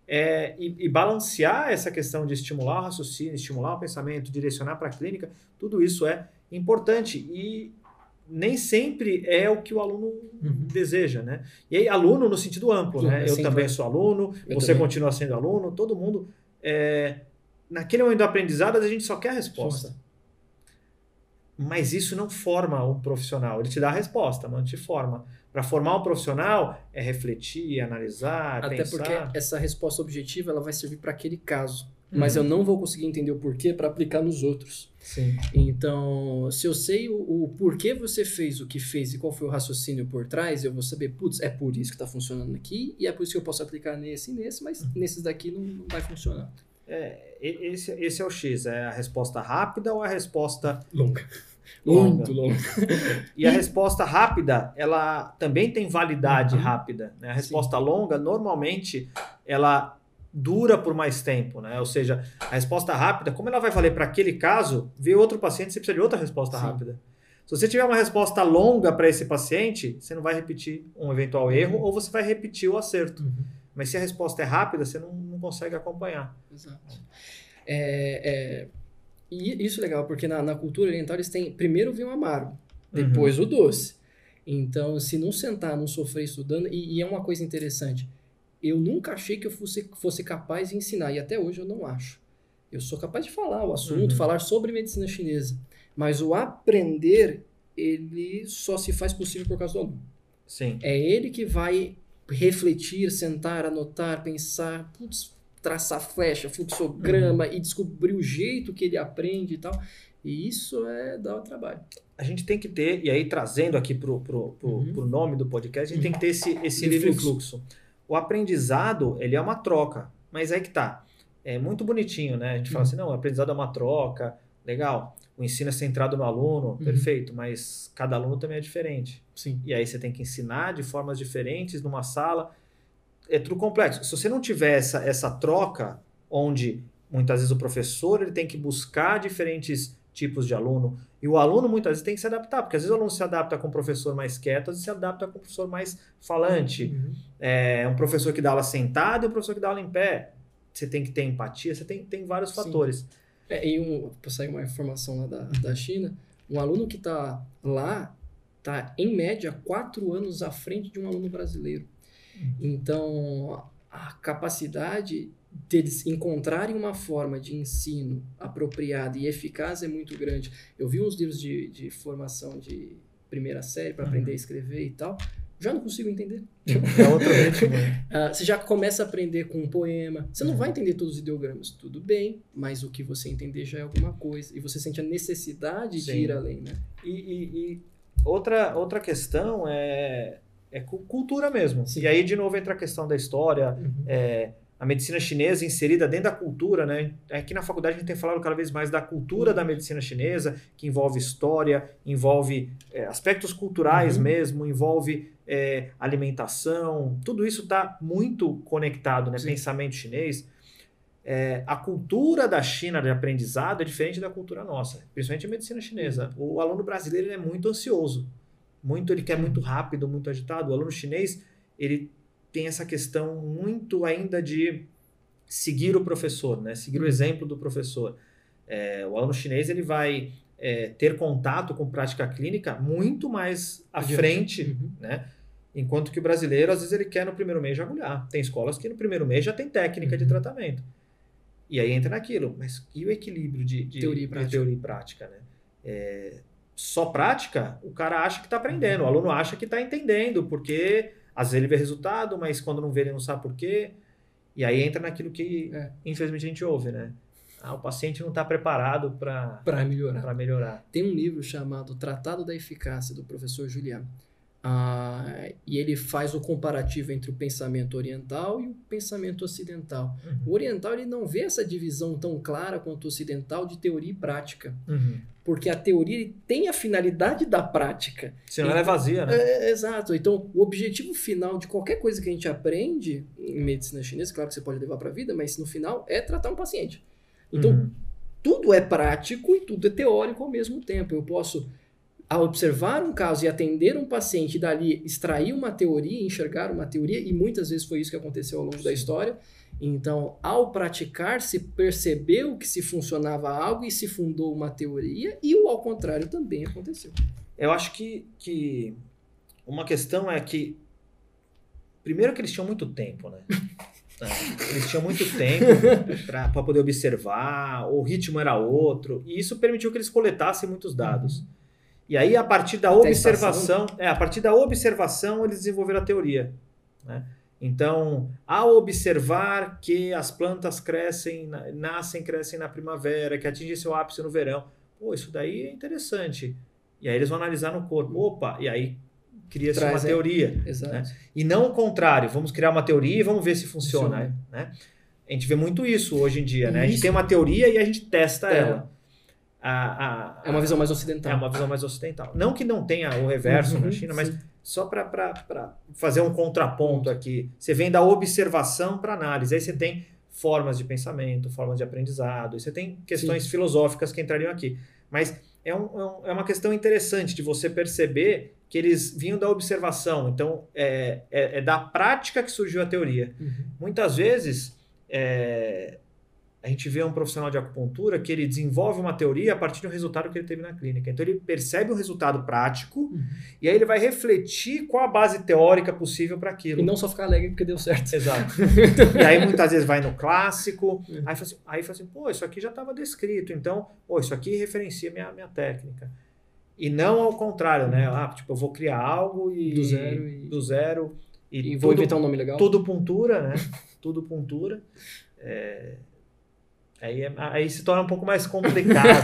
e balancear essa questão de estimular o raciocínio, estimular o pensamento, direcionar para a clínica, tudo isso é importante e nem sempre é o que o aluno deseja, né? E aí, aluno no sentido amplo, né? Eu também sou aluno, você continua sendo aluno, todo mundo. Naquele momento do aprendizado, a gente só quer a resposta. Mas isso não forma um profissional. Ele te dá a resposta, mas não te forma. Para formar um profissional, é refletir, analisar, pensar. Até porque essa resposta objetiva ela vai servir para aquele caso. Mas eu não vou conseguir entender o porquê para aplicar nos outros. Sim. Então, se eu sei o porquê você fez o que fez e qual foi o raciocínio por trás, eu vou saber, putz, é por isso que está funcionando aqui e é por isso que eu posso aplicar nesse e nesse, mas nesses daqui não vai funcionar. Esse é o X, é a resposta rápida ou a resposta longa? Muito longa. E a resposta rápida, ela também tem validade rápida. Né? A resposta longa, normalmente, ela dura por mais tempo, né? Ou seja, a resposta rápida, como ela vai valer para aquele caso, ver outro paciente, você precisa de outra resposta rápida. Se você tiver uma resposta longa para esse paciente, você não vai repetir um eventual erro ou você vai repetir o acerto. Mas se a resposta é rápida, você não consegue acompanhar. Exato. E isso é legal, porque na cultura oriental eles têm, primeiro vem o amargo, depois o doce. Então, se não sentar, não sofrer estudando, e é uma coisa interessante, eu nunca achei que eu fosse capaz de ensinar, e até hoje eu não acho. Eu sou capaz de falar o assunto, falar sobre medicina chinesa, mas o aprender, ele só se faz possível por causa do aluno. Sim. É ele que vai refletir, sentar, anotar, pensar, traçar flecha, fluxograma e descobrir o jeito que ele aprende e tal. E isso dá o trabalho. A gente tem que ter, e aí trazendo aqui pro nome do podcast, a gente tem que ter esse livre fluxo. O aprendizado, ele é uma troca, mas aí que tá. É muito bonitinho, né? A gente fala assim, não, o aprendizado é uma troca, legal. O ensino é centrado no aluno, perfeito, mas cada aluno também é diferente. Sim. E aí você tem que ensinar de formas diferentes numa sala. É tudo complexo. Se você não tiver essa troca, onde muitas vezes o professor ele tem que buscar diferentes tipos de aluno, e o aluno muitas vezes tem que se adaptar, porque às vezes o aluno se adapta com um professor mais quieto, às vezes se adapta com um professor mais falante. Um professor que dá aula sentado e um professor que dá aula em pé. Você tem que ter empatia, você tem vários fatores. Para sair uma informação lá da China, um aluno que está lá está, em média, 4 anos à frente de um aluno brasileiro. Então, a capacidade deles encontrarem uma forma de ensino apropriada e eficaz é muito grande. Eu vi uns livros de formação de primeira série para aprender a escrever e tal. já não consigo entender. É outro ritmo. Você já começa a aprender com um poema. Você não vai entender todos os ideogramas, tudo bem, mas o que você entender já é alguma coisa. E você sente a necessidade de ir além, né? E outra questão é cultura mesmo. Sim. E aí, de novo, entra a questão da história, a medicina chinesa inserida dentro da cultura, né? Aqui na faculdade a gente tem falado cada vez mais da cultura da medicina chinesa, que envolve história, envolve aspectos culturais mesmo, envolve alimentação, tudo isso está muito conectado, né? Pensamento chinês. A cultura da China de aprendizado é diferente da cultura nossa, principalmente a medicina chinesa. O aluno brasileiro ele é muito ansioso, ele quer muito rápido, muito agitado. O aluno chinês, ele tem essa questão muito ainda de seguir o professor, né? Seguir o exemplo do professor. O aluno chinês ele vai ter contato com prática clínica muito mais à frente, né? Enquanto que o brasileiro, às vezes, ele quer no primeiro mês já agulhar. Tem escolas que no primeiro mês já tem técnica de tratamento. E aí entra naquilo. Mas e o equilíbrio de teoria e prática, né? Só prática, o cara acha que está aprendendo, o aluno acha que está entendendo, porque às vezes ele vê resultado, mas quando não vê ele não sabe por quê. E aí entra naquilo que, infelizmente, a gente ouve, né? O paciente não está preparado para melhorar. Tem um livro chamado Tratado da Eficácia, do professor Julian. E ele faz o comparativo entre o pensamento oriental e o pensamento ocidental. O oriental ele não vê essa divisão tão clara quanto o ocidental de teoria e prática. Porque a teoria ele tem a finalidade da prática. Senão ela é vazia, né? Exato. Então, o objetivo final de qualquer coisa que a gente aprende em medicina chinesa, claro que você pode levar para a vida, mas no final é tratar um paciente. Então, tudo é prático e tudo é teórico ao mesmo tempo. Eu posso, ao observar um caso e atender um paciente, e dali extrair uma teoria, enxergar uma teoria, e muitas vezes foi isso que aconteceu ao longo da história. Então, ao praticar, se percebeu que se funcionava algo e se fundou uma teoria, e o ao contrário também aconteceu. Eu acho que uma questão é que, primeiro que eles tinham muito tempo, né? Eles tinham muito tempo para poder observar, o ritmo era outro, e isso permitiu que eles coletassem muitos dados. E aí, a partir da observação, eles desenvolveram a teoria, né? Então, ao observar que as plantas crescem na primavera, que atingem seu ápice no verão, isso daí é interessante. E aí eles vão analisar no corpo, e aí cria-se uma teoria. Né? E não o contrário, vamos criar uma teoria e vamos ver se funciona. Né? A gente vê muito isso hoje em dia, né? A gente tem uma teoria e a gente testa ela. É uma visão mais ocidental. É uma visão mais ocidental. Não que não tenha o reverso na China, mas só para fazer um contraponto aqui. Você vem da observação para análise. Aí você tem formas de pensamento, formas de aprendizado. Aí você tem questões filosóficas que entrariam aqui. Mas é uma questão interessante de você perceber que eles vinham da observação. Então, é da prática que surgiu a teoria. Muitas vezes, a gente vê um profissional de acupuntura que ele desenvolve uma teoria a partir do resultado que ele teve na clínica. Então, ele percebe um resultado prático e aí ele vai refletir qual a base teórica possível para aquilo. E não só ficar alegre porque deu certo. Exato. E aí, muitas vezes, vai no clássico, aí fala assim, isso aqui já estava descrito, então, isso aqui referencia minha técnica. E não ao contrário, né? Eu vou criar algo do zero e vou inventar um nome legal. Tudo puntura, né? Tudo puntura. Aí se torna um pouco mais complicado,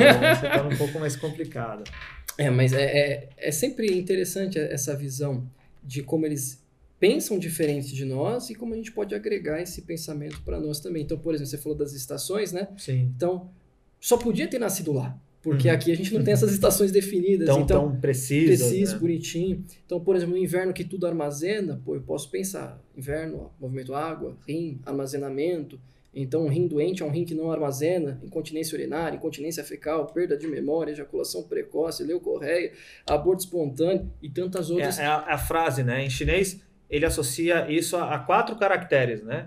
né? Mas é sempre interessante essa visão de como eles pensam diferente de nós e como a gente pode agregar esse pensamento para nós também. Então, por exemplo, você falou das estações, né? Sim. Então, só podia ter nascido lá, porque aqui a gente não tem essas estações definidas. Tão preciso, né? Bonitinho. Então, por exemplo, no inverno que tudo armazena, eu posso pensar, inverno, movimento água, rim, armazenamento. Então, um rim doente é um rim que não armazena, incontinência urinária, incontinência fecal, perda de memória, ejaculação precoce, leucorreia, aborto espontâneo e tantas outras. É a frase, né? Em chinês, ele associa isso a 4 caracteres, né?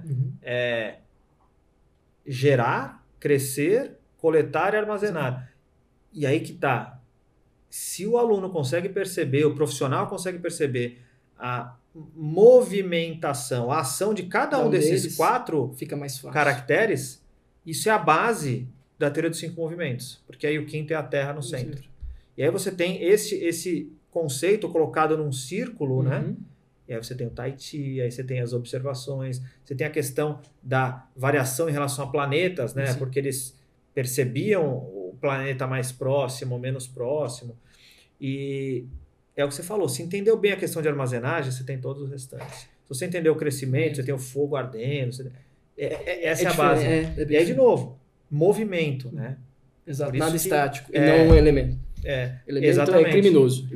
Gerar, crescer, coletar e armazenar. E aí que tá. Se o aluno consegue perceber, o profissional consegue perceber a movimentação, a ação de cada um desses 4 fica mais fácil. Caracteres, isso é a base da teoria dos 5 movimentos, porque aí o quinto é a Terra no centro. E aí você tem esse conceito colocado num círculo, né? E aí você tem o Tai Chi, aí você tem as observações, você tem a questão da variação em relação a planetas, né? Sim. Porque eles percebiam o planeta mais próximo, menos próximo. E é o que você falou, se entendeu bem a questão de armazenagem, você tem todos os restantes. Se você entendeu o crescimento, você tem o fogo ardendo, essa é a base. E aí, de novo, movimento, né? Exato, nada estático, e é, não um elemento. Elemento exatamente. é criminoso.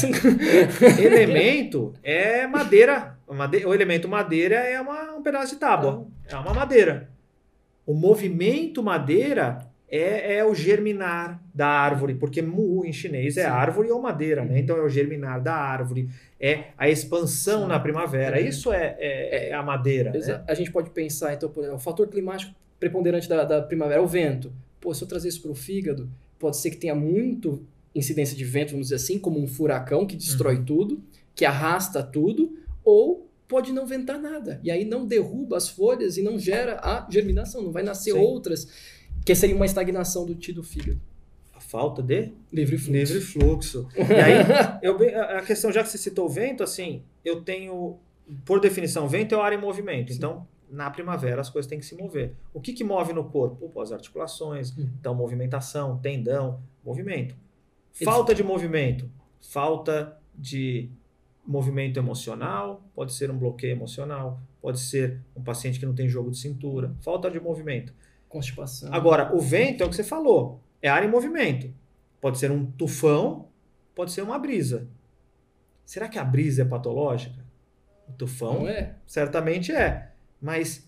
Elemento é madeira. O elemento madeira é um pedaço de tábua. É uma madeira. O movimento madeira é o germinar da árvore, porque mu em chinês é árvore ou madeira, né? Então é o germinar da árvore, é a expansão na primavera. Isso é a madeira. Né? A gente pode pensar, então, por exemplo, o fator climático preponderante da primavera é o vento. Pô, se eu trazer isso para o fígado, pode ser que tenha muito incidência de vento, vamos dizer assim, como um furacão que destrói tudo, que arrasta tudo, ou pode não ventar nada. E aí não derruba as folhas e não gera a germinação, não vai nascer outras, que seria uma estagnação do fígado. A falta de livre fluxo. E aí, a questão, já que você citou o vento, assim, eu tenho, por definição, vento é o ar em movimento. Sim. Então, na primavera as coisas têm que se mover. O que move no corpo? Pô, as articulações, então movimentação, tendão, movimento. Falta de movimento, falta de movimento emocional, pode ser um bloqueio emocional, pode ser um paciente que não tem jogo de cintura, falta de movimento. Constipação. Agora, o vento é o que você falou, é ar em movimento. Pode ser um tufão, pode ser uma brisa. Será que a brisa é patológica? O tufão não é. Certamente é. Mas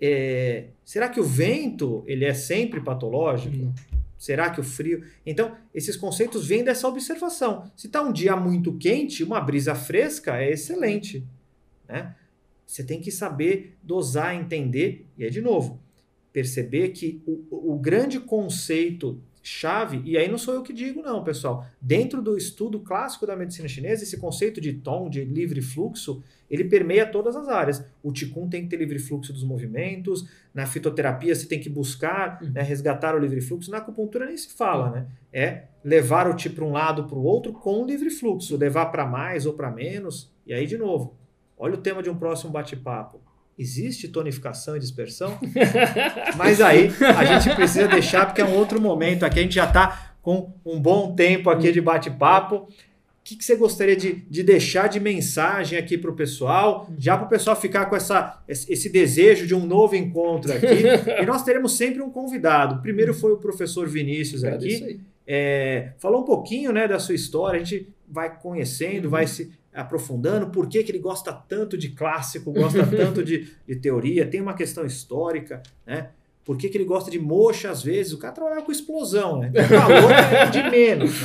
será que o vento ele é sempre patológico? Não. Será que o frio... Então, esses conceitos vêm dessa observação. Se está um dia muito quente, uma brisa fresca é excelente. Né? Você tem que saber dosar, entender. E aí, de novo, perceber que o grande conceito chave, e aí não sou eu que digo não, pessoal, dentro do estudo clássico da medicina chinesa, esse conceito de Tong, de livre fluxo, ele permeia todas as áreas. O Qigong tem que ter livre fluxo dos movimentos, na fitoterapia você tem que buscar resgatar o livre fluxo, na acupuntura nem se fala, né? É levar o Qi para um lado para o outro com livre fluxo, levar para mais ou para menos, e aí de novo, olha o tema de um próximo bate-papo. Existe tonificação e dispersão? Mas aí a gente precisa deixar, porque é um outro momento. Aqui a gente já está com um bom tempo aqui de bate-papo. O que você gostaria de deixar de mensagem aqui para o pessoal? Já para o pessoal ficar com esse desejo de um novo encontro aqui. E nós teremos sempre um convidado. Primeiro foi o professor Vinícius aqui. Falou um pouquinho, né, da sua história. A gente vai conhecendo, vai se aprofundando, por que ele gosta tanto de clássico, gosta tanto de teoria, tem uma questão histórica, né? Por que ele gosta de moxa às vezes? O cara trabalha com explosão, né? O calor é de menos,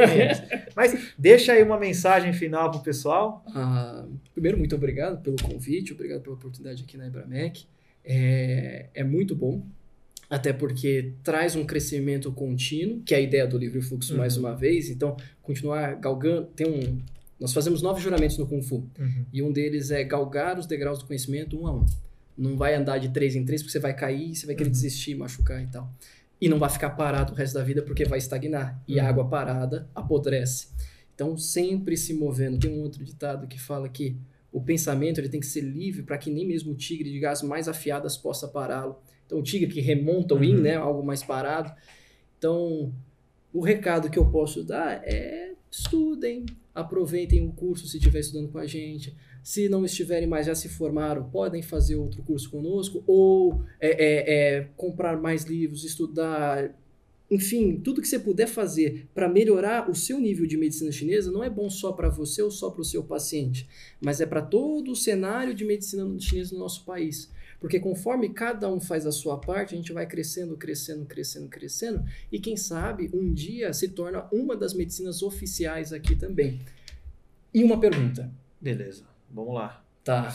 Mas deixa aí uma mensagem final para o pessoal. Primeiro, muito obrigado pelo convite, obrigado pela oportunidade aqui na Ibramec. É muito bom, até porque traz um crescimento contínuo, que é a ideia do livre fluxo mais uma vez. Então, continuar galgando, nós fazemos 9 juramentos no Kung Fu, e um deles é galgar os degraus do conhecimento 1 a 1. Não vai andar de 3 em 3, porque você vai cair, você vai querer desistir, machucar e tal. E não vai ficar parado o resto da vida, porque vai estagnar. E a água parada apodrece. Então, sempre se movendo. Tem um outro ditado que fala que o pensamento ele tem que ser livre para que nem mesmo o tigre de garras mais afiadas possa pará-lo. Então, o tigre que remonta o yin, né, algo mais parado. Então, o recado que eu posso dar é estudem, aproveitem o curso se estiver estudando com a gente. Se não estiverem mais, já se formaram, podem fazer outro curso conosco, ou comprar mais livros, estudar, enfim, tudo que você puder fazer para melhorar o seu nível de medicina chinesa não é bom só para você ou só para o seu paciente, mas é para todo o cenário de medicina chinesa no nosso país. Porque conforme cada um faz a sua parte, a gente vai crescendo, e quem sabe um dia se torna uma das medicinas oficiais aqui também. E uma pergunta. Beleza. Vamos lá. Tá.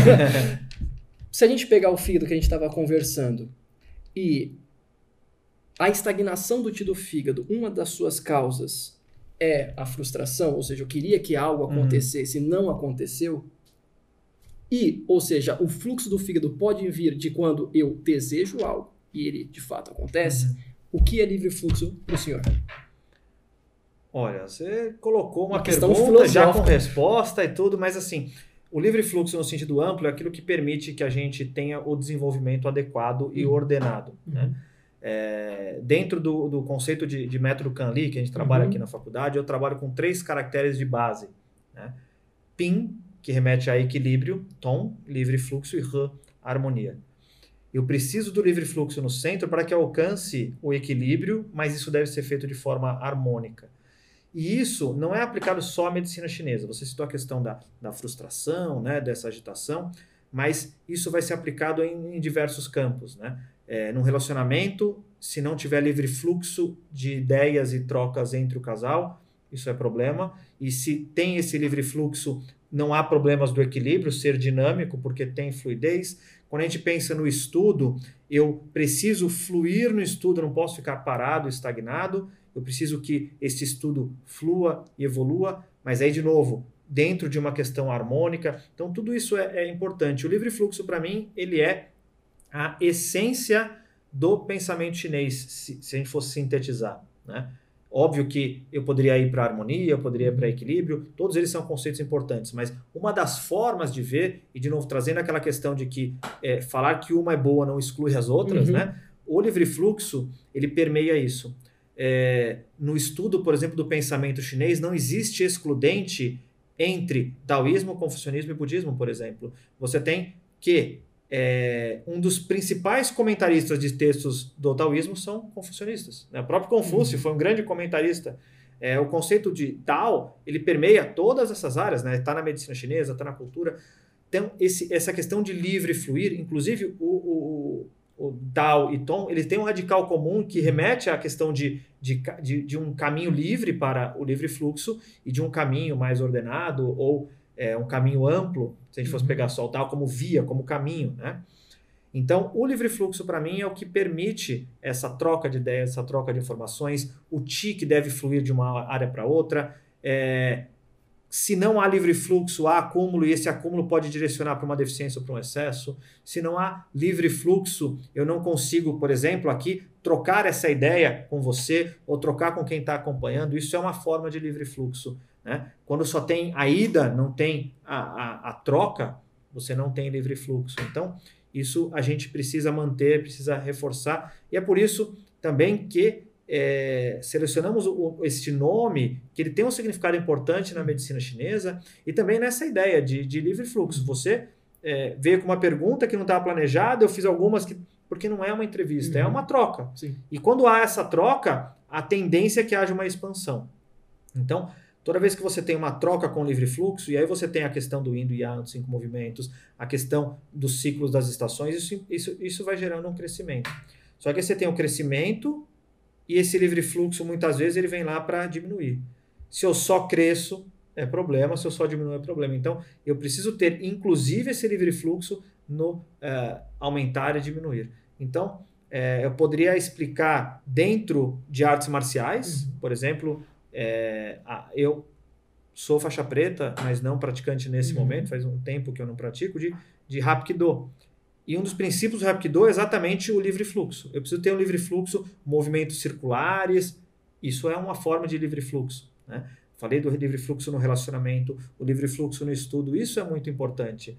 Se a gente pegar o fígado que a gente estava conversando e a estagnação do Qi do fígado, uma das suas causas é a frustração, ou seja, eu queria que algo acontecesse e não aconteceu, ou seja, o fluxo do fígado pode vir de quando eu desejo algo e ele de fato acontece, o que é livre fluxo para o senhor? Olha, você colocou uma questão pergunta já com resposta e tudo, mas assim, O livre fluxo no sentido amplo é aquilo que permite que a gente tenha o desenvolvimento adequado e ordenado, né? Dentro do conceito de método Canli, que a gente trabalha aqui na faculdade, eu trabalho com 3 caracteres de base, né? PIN, que remete a equilíbrio, tom, livre fluxo, e R, harmonia. Eu preciso do livre fluxo no centro para que alcance o equilíbrio, mas isso deve ser feito de forma harmônica. E isso não é aplicado só à medicina chinesa. Você citou a questão da frustração, né, dessa agitação, mas isso vai ser aplicado em diversos campos, né? Num relacionamento, se não tiver livre fluxo de ideias e trocas entre o casal, isso é problema. E se tem esse livre fluxo, não há problemas do equilíbrio, ser dinâmico, porque tem fluidez. Quando a gente pensa no estudo, eu preciso fluir no estudo, eu não posso ficar parado, estagnado. Eu preciso que esse estudo flua e evolua, mas aí, de novo, dentro de uma questão harmônica. Então, tudo isso é importante. O livre fluxo, para mim, ele é a essência do pensamento chinês, se a gente fosse sintetizar, né? Óbvio que eu poderia ir para a harmonia, eu poderia ir para equilíbrio, todos eles são conceitos importantes, mas uma das formas de ver, e de novo trazendo aquela questão de que falar que uma é boa não exclui as outras, né? O livre fluxo, ele permeia isso. No estudo, por exemplo, do pensamento chinês, não existe excludente entre taoísmo, confucionismo e budismo, por exemplo. Você tem que um dos principais comentaristas de textos do taoísmo são confucionistas, né? O próprio Confúcio foi um grande comentarista. O conceito de Tao, ele permeia todas essas áreas, né? Está na medicina chinesa, está na cultura. Então, essa questão de livre fluir, inclusive o Tao e Tom, eles têm um radical comum que remete à questão de um caminho livre para o livre fluxo e de um caminho mais ordenado ou um caminho amplo, se a gente fosse pegar só o Tao como via, como caminho, né? Então, o livre fluxo, para mim, é o que permite essa troca de ideias, essa troca de informações, o Qi que deve fluir de uma área para outra. Se não há livre fluxo, há acúmulo, e esse acúmulo pode direcionar para uma deficiência ou para um excesso. Se não há livre fluxo, eu não consigo, por exemplo, aqui, trocar essa ideia com você ou trocar com quem está acompanhando. Isso é uma forma de livre fluxo, né? Quando só tem a ida, não tem a troca, você não tem livre fluxo. Então, isso a gente precisa manter, precisa reforçar. E é por isso também que selecionamos este nome, que ele tem um significado importante na medicina chinesa e também nessa ideia de livre fluxo. Você veio com uma pergunta que não estava planejada, eu fiz algumas porque não é uma entrevista, é uma troca. Sim. E quando há essa troca, a tendência é que haja uma expansão. Então, toda vez que você tem uma troca com livre fluxo, e aí você tem a questão do Yin e Yang, dos 5 movimentos, a questão dos ciclos das estações, isso vai gerando um crescimento. Só que você tem um crescimento e esse livre fluxo, muitas vezes, ele vem lá para diminuir. Se eu só cresço, é problema. Se eu só diminuo, é problema. Então, eu preciso ter, inclusive, esse livre fluxo no aumentar e diminuir. Então, eu poderia explicar dentro de artes marciais, por exemplo, eu sou faixa preta, mas não praticante nesse momento, faz um tempo que eu não pratico, de Hapkido. E um dos princípios do Hapkido é exatamente o livre fluxo. Eu preciso ter um livre fluxo, movimentos circulares, isso é uma forma de livre fluxo, né? Falei do livre fluxo no relacionamento, o livre fluxo no estudo, isso é muito importante.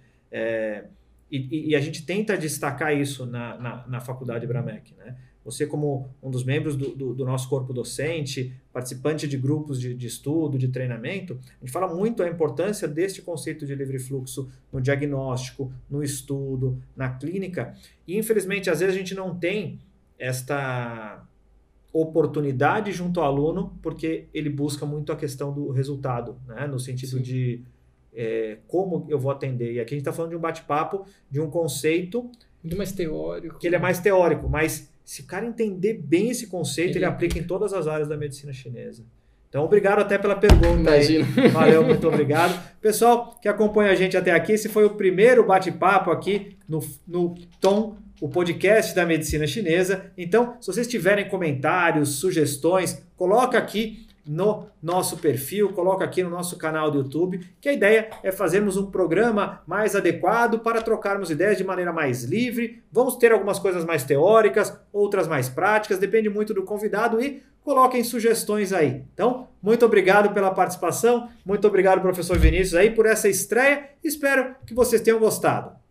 E a gente tenta destacar isso na faculdade Bramec, né? Você, como um dos membros do nosso corpo docente, participante de grupos de estudo, de treinamento, a gente fala muito a importância deste conceito de livre fluxo no diagnóstico, no estudo, na clínica. E, infelizmente, às vezes a gente não tem esta oportunidade junto ao aluno, porque ele busca muito a questão do resultado, né? No sentido de como eu vou atender. E aqui a gente está falando de um bate-papo, de um conceito... Muito mais teórico. Que ele é mais teórico, mas... Se o cara entender bem esse conceito, ele aplica em todas as áreas da medicina chinesa. Então, obrigado até pela pergunta. Imagina. Aí. Valeu, muito obrigado. Pessoal que acompanha a gente até aqui, esse foi o primeiro bate-papo aqui no Tom, o podcast da medicina chinesa. Então, se vocês tiverem comentários, sugestões, coloca aqui no nosso perfil, coloca aqui no nosso canal do YouTube, que a ideia é fazermos um programa mais adequado para trocarmos ideias de maneira mais livre. Vamos ter algumas coisas mais teóricas, outras mais práticas, depende muito do convidado e coloquem sugestões aí. Então, muito obrigado pela participação, muito obrigado, professor Vinícius, aí por essa estreia. Espero que vocês tenham gostado.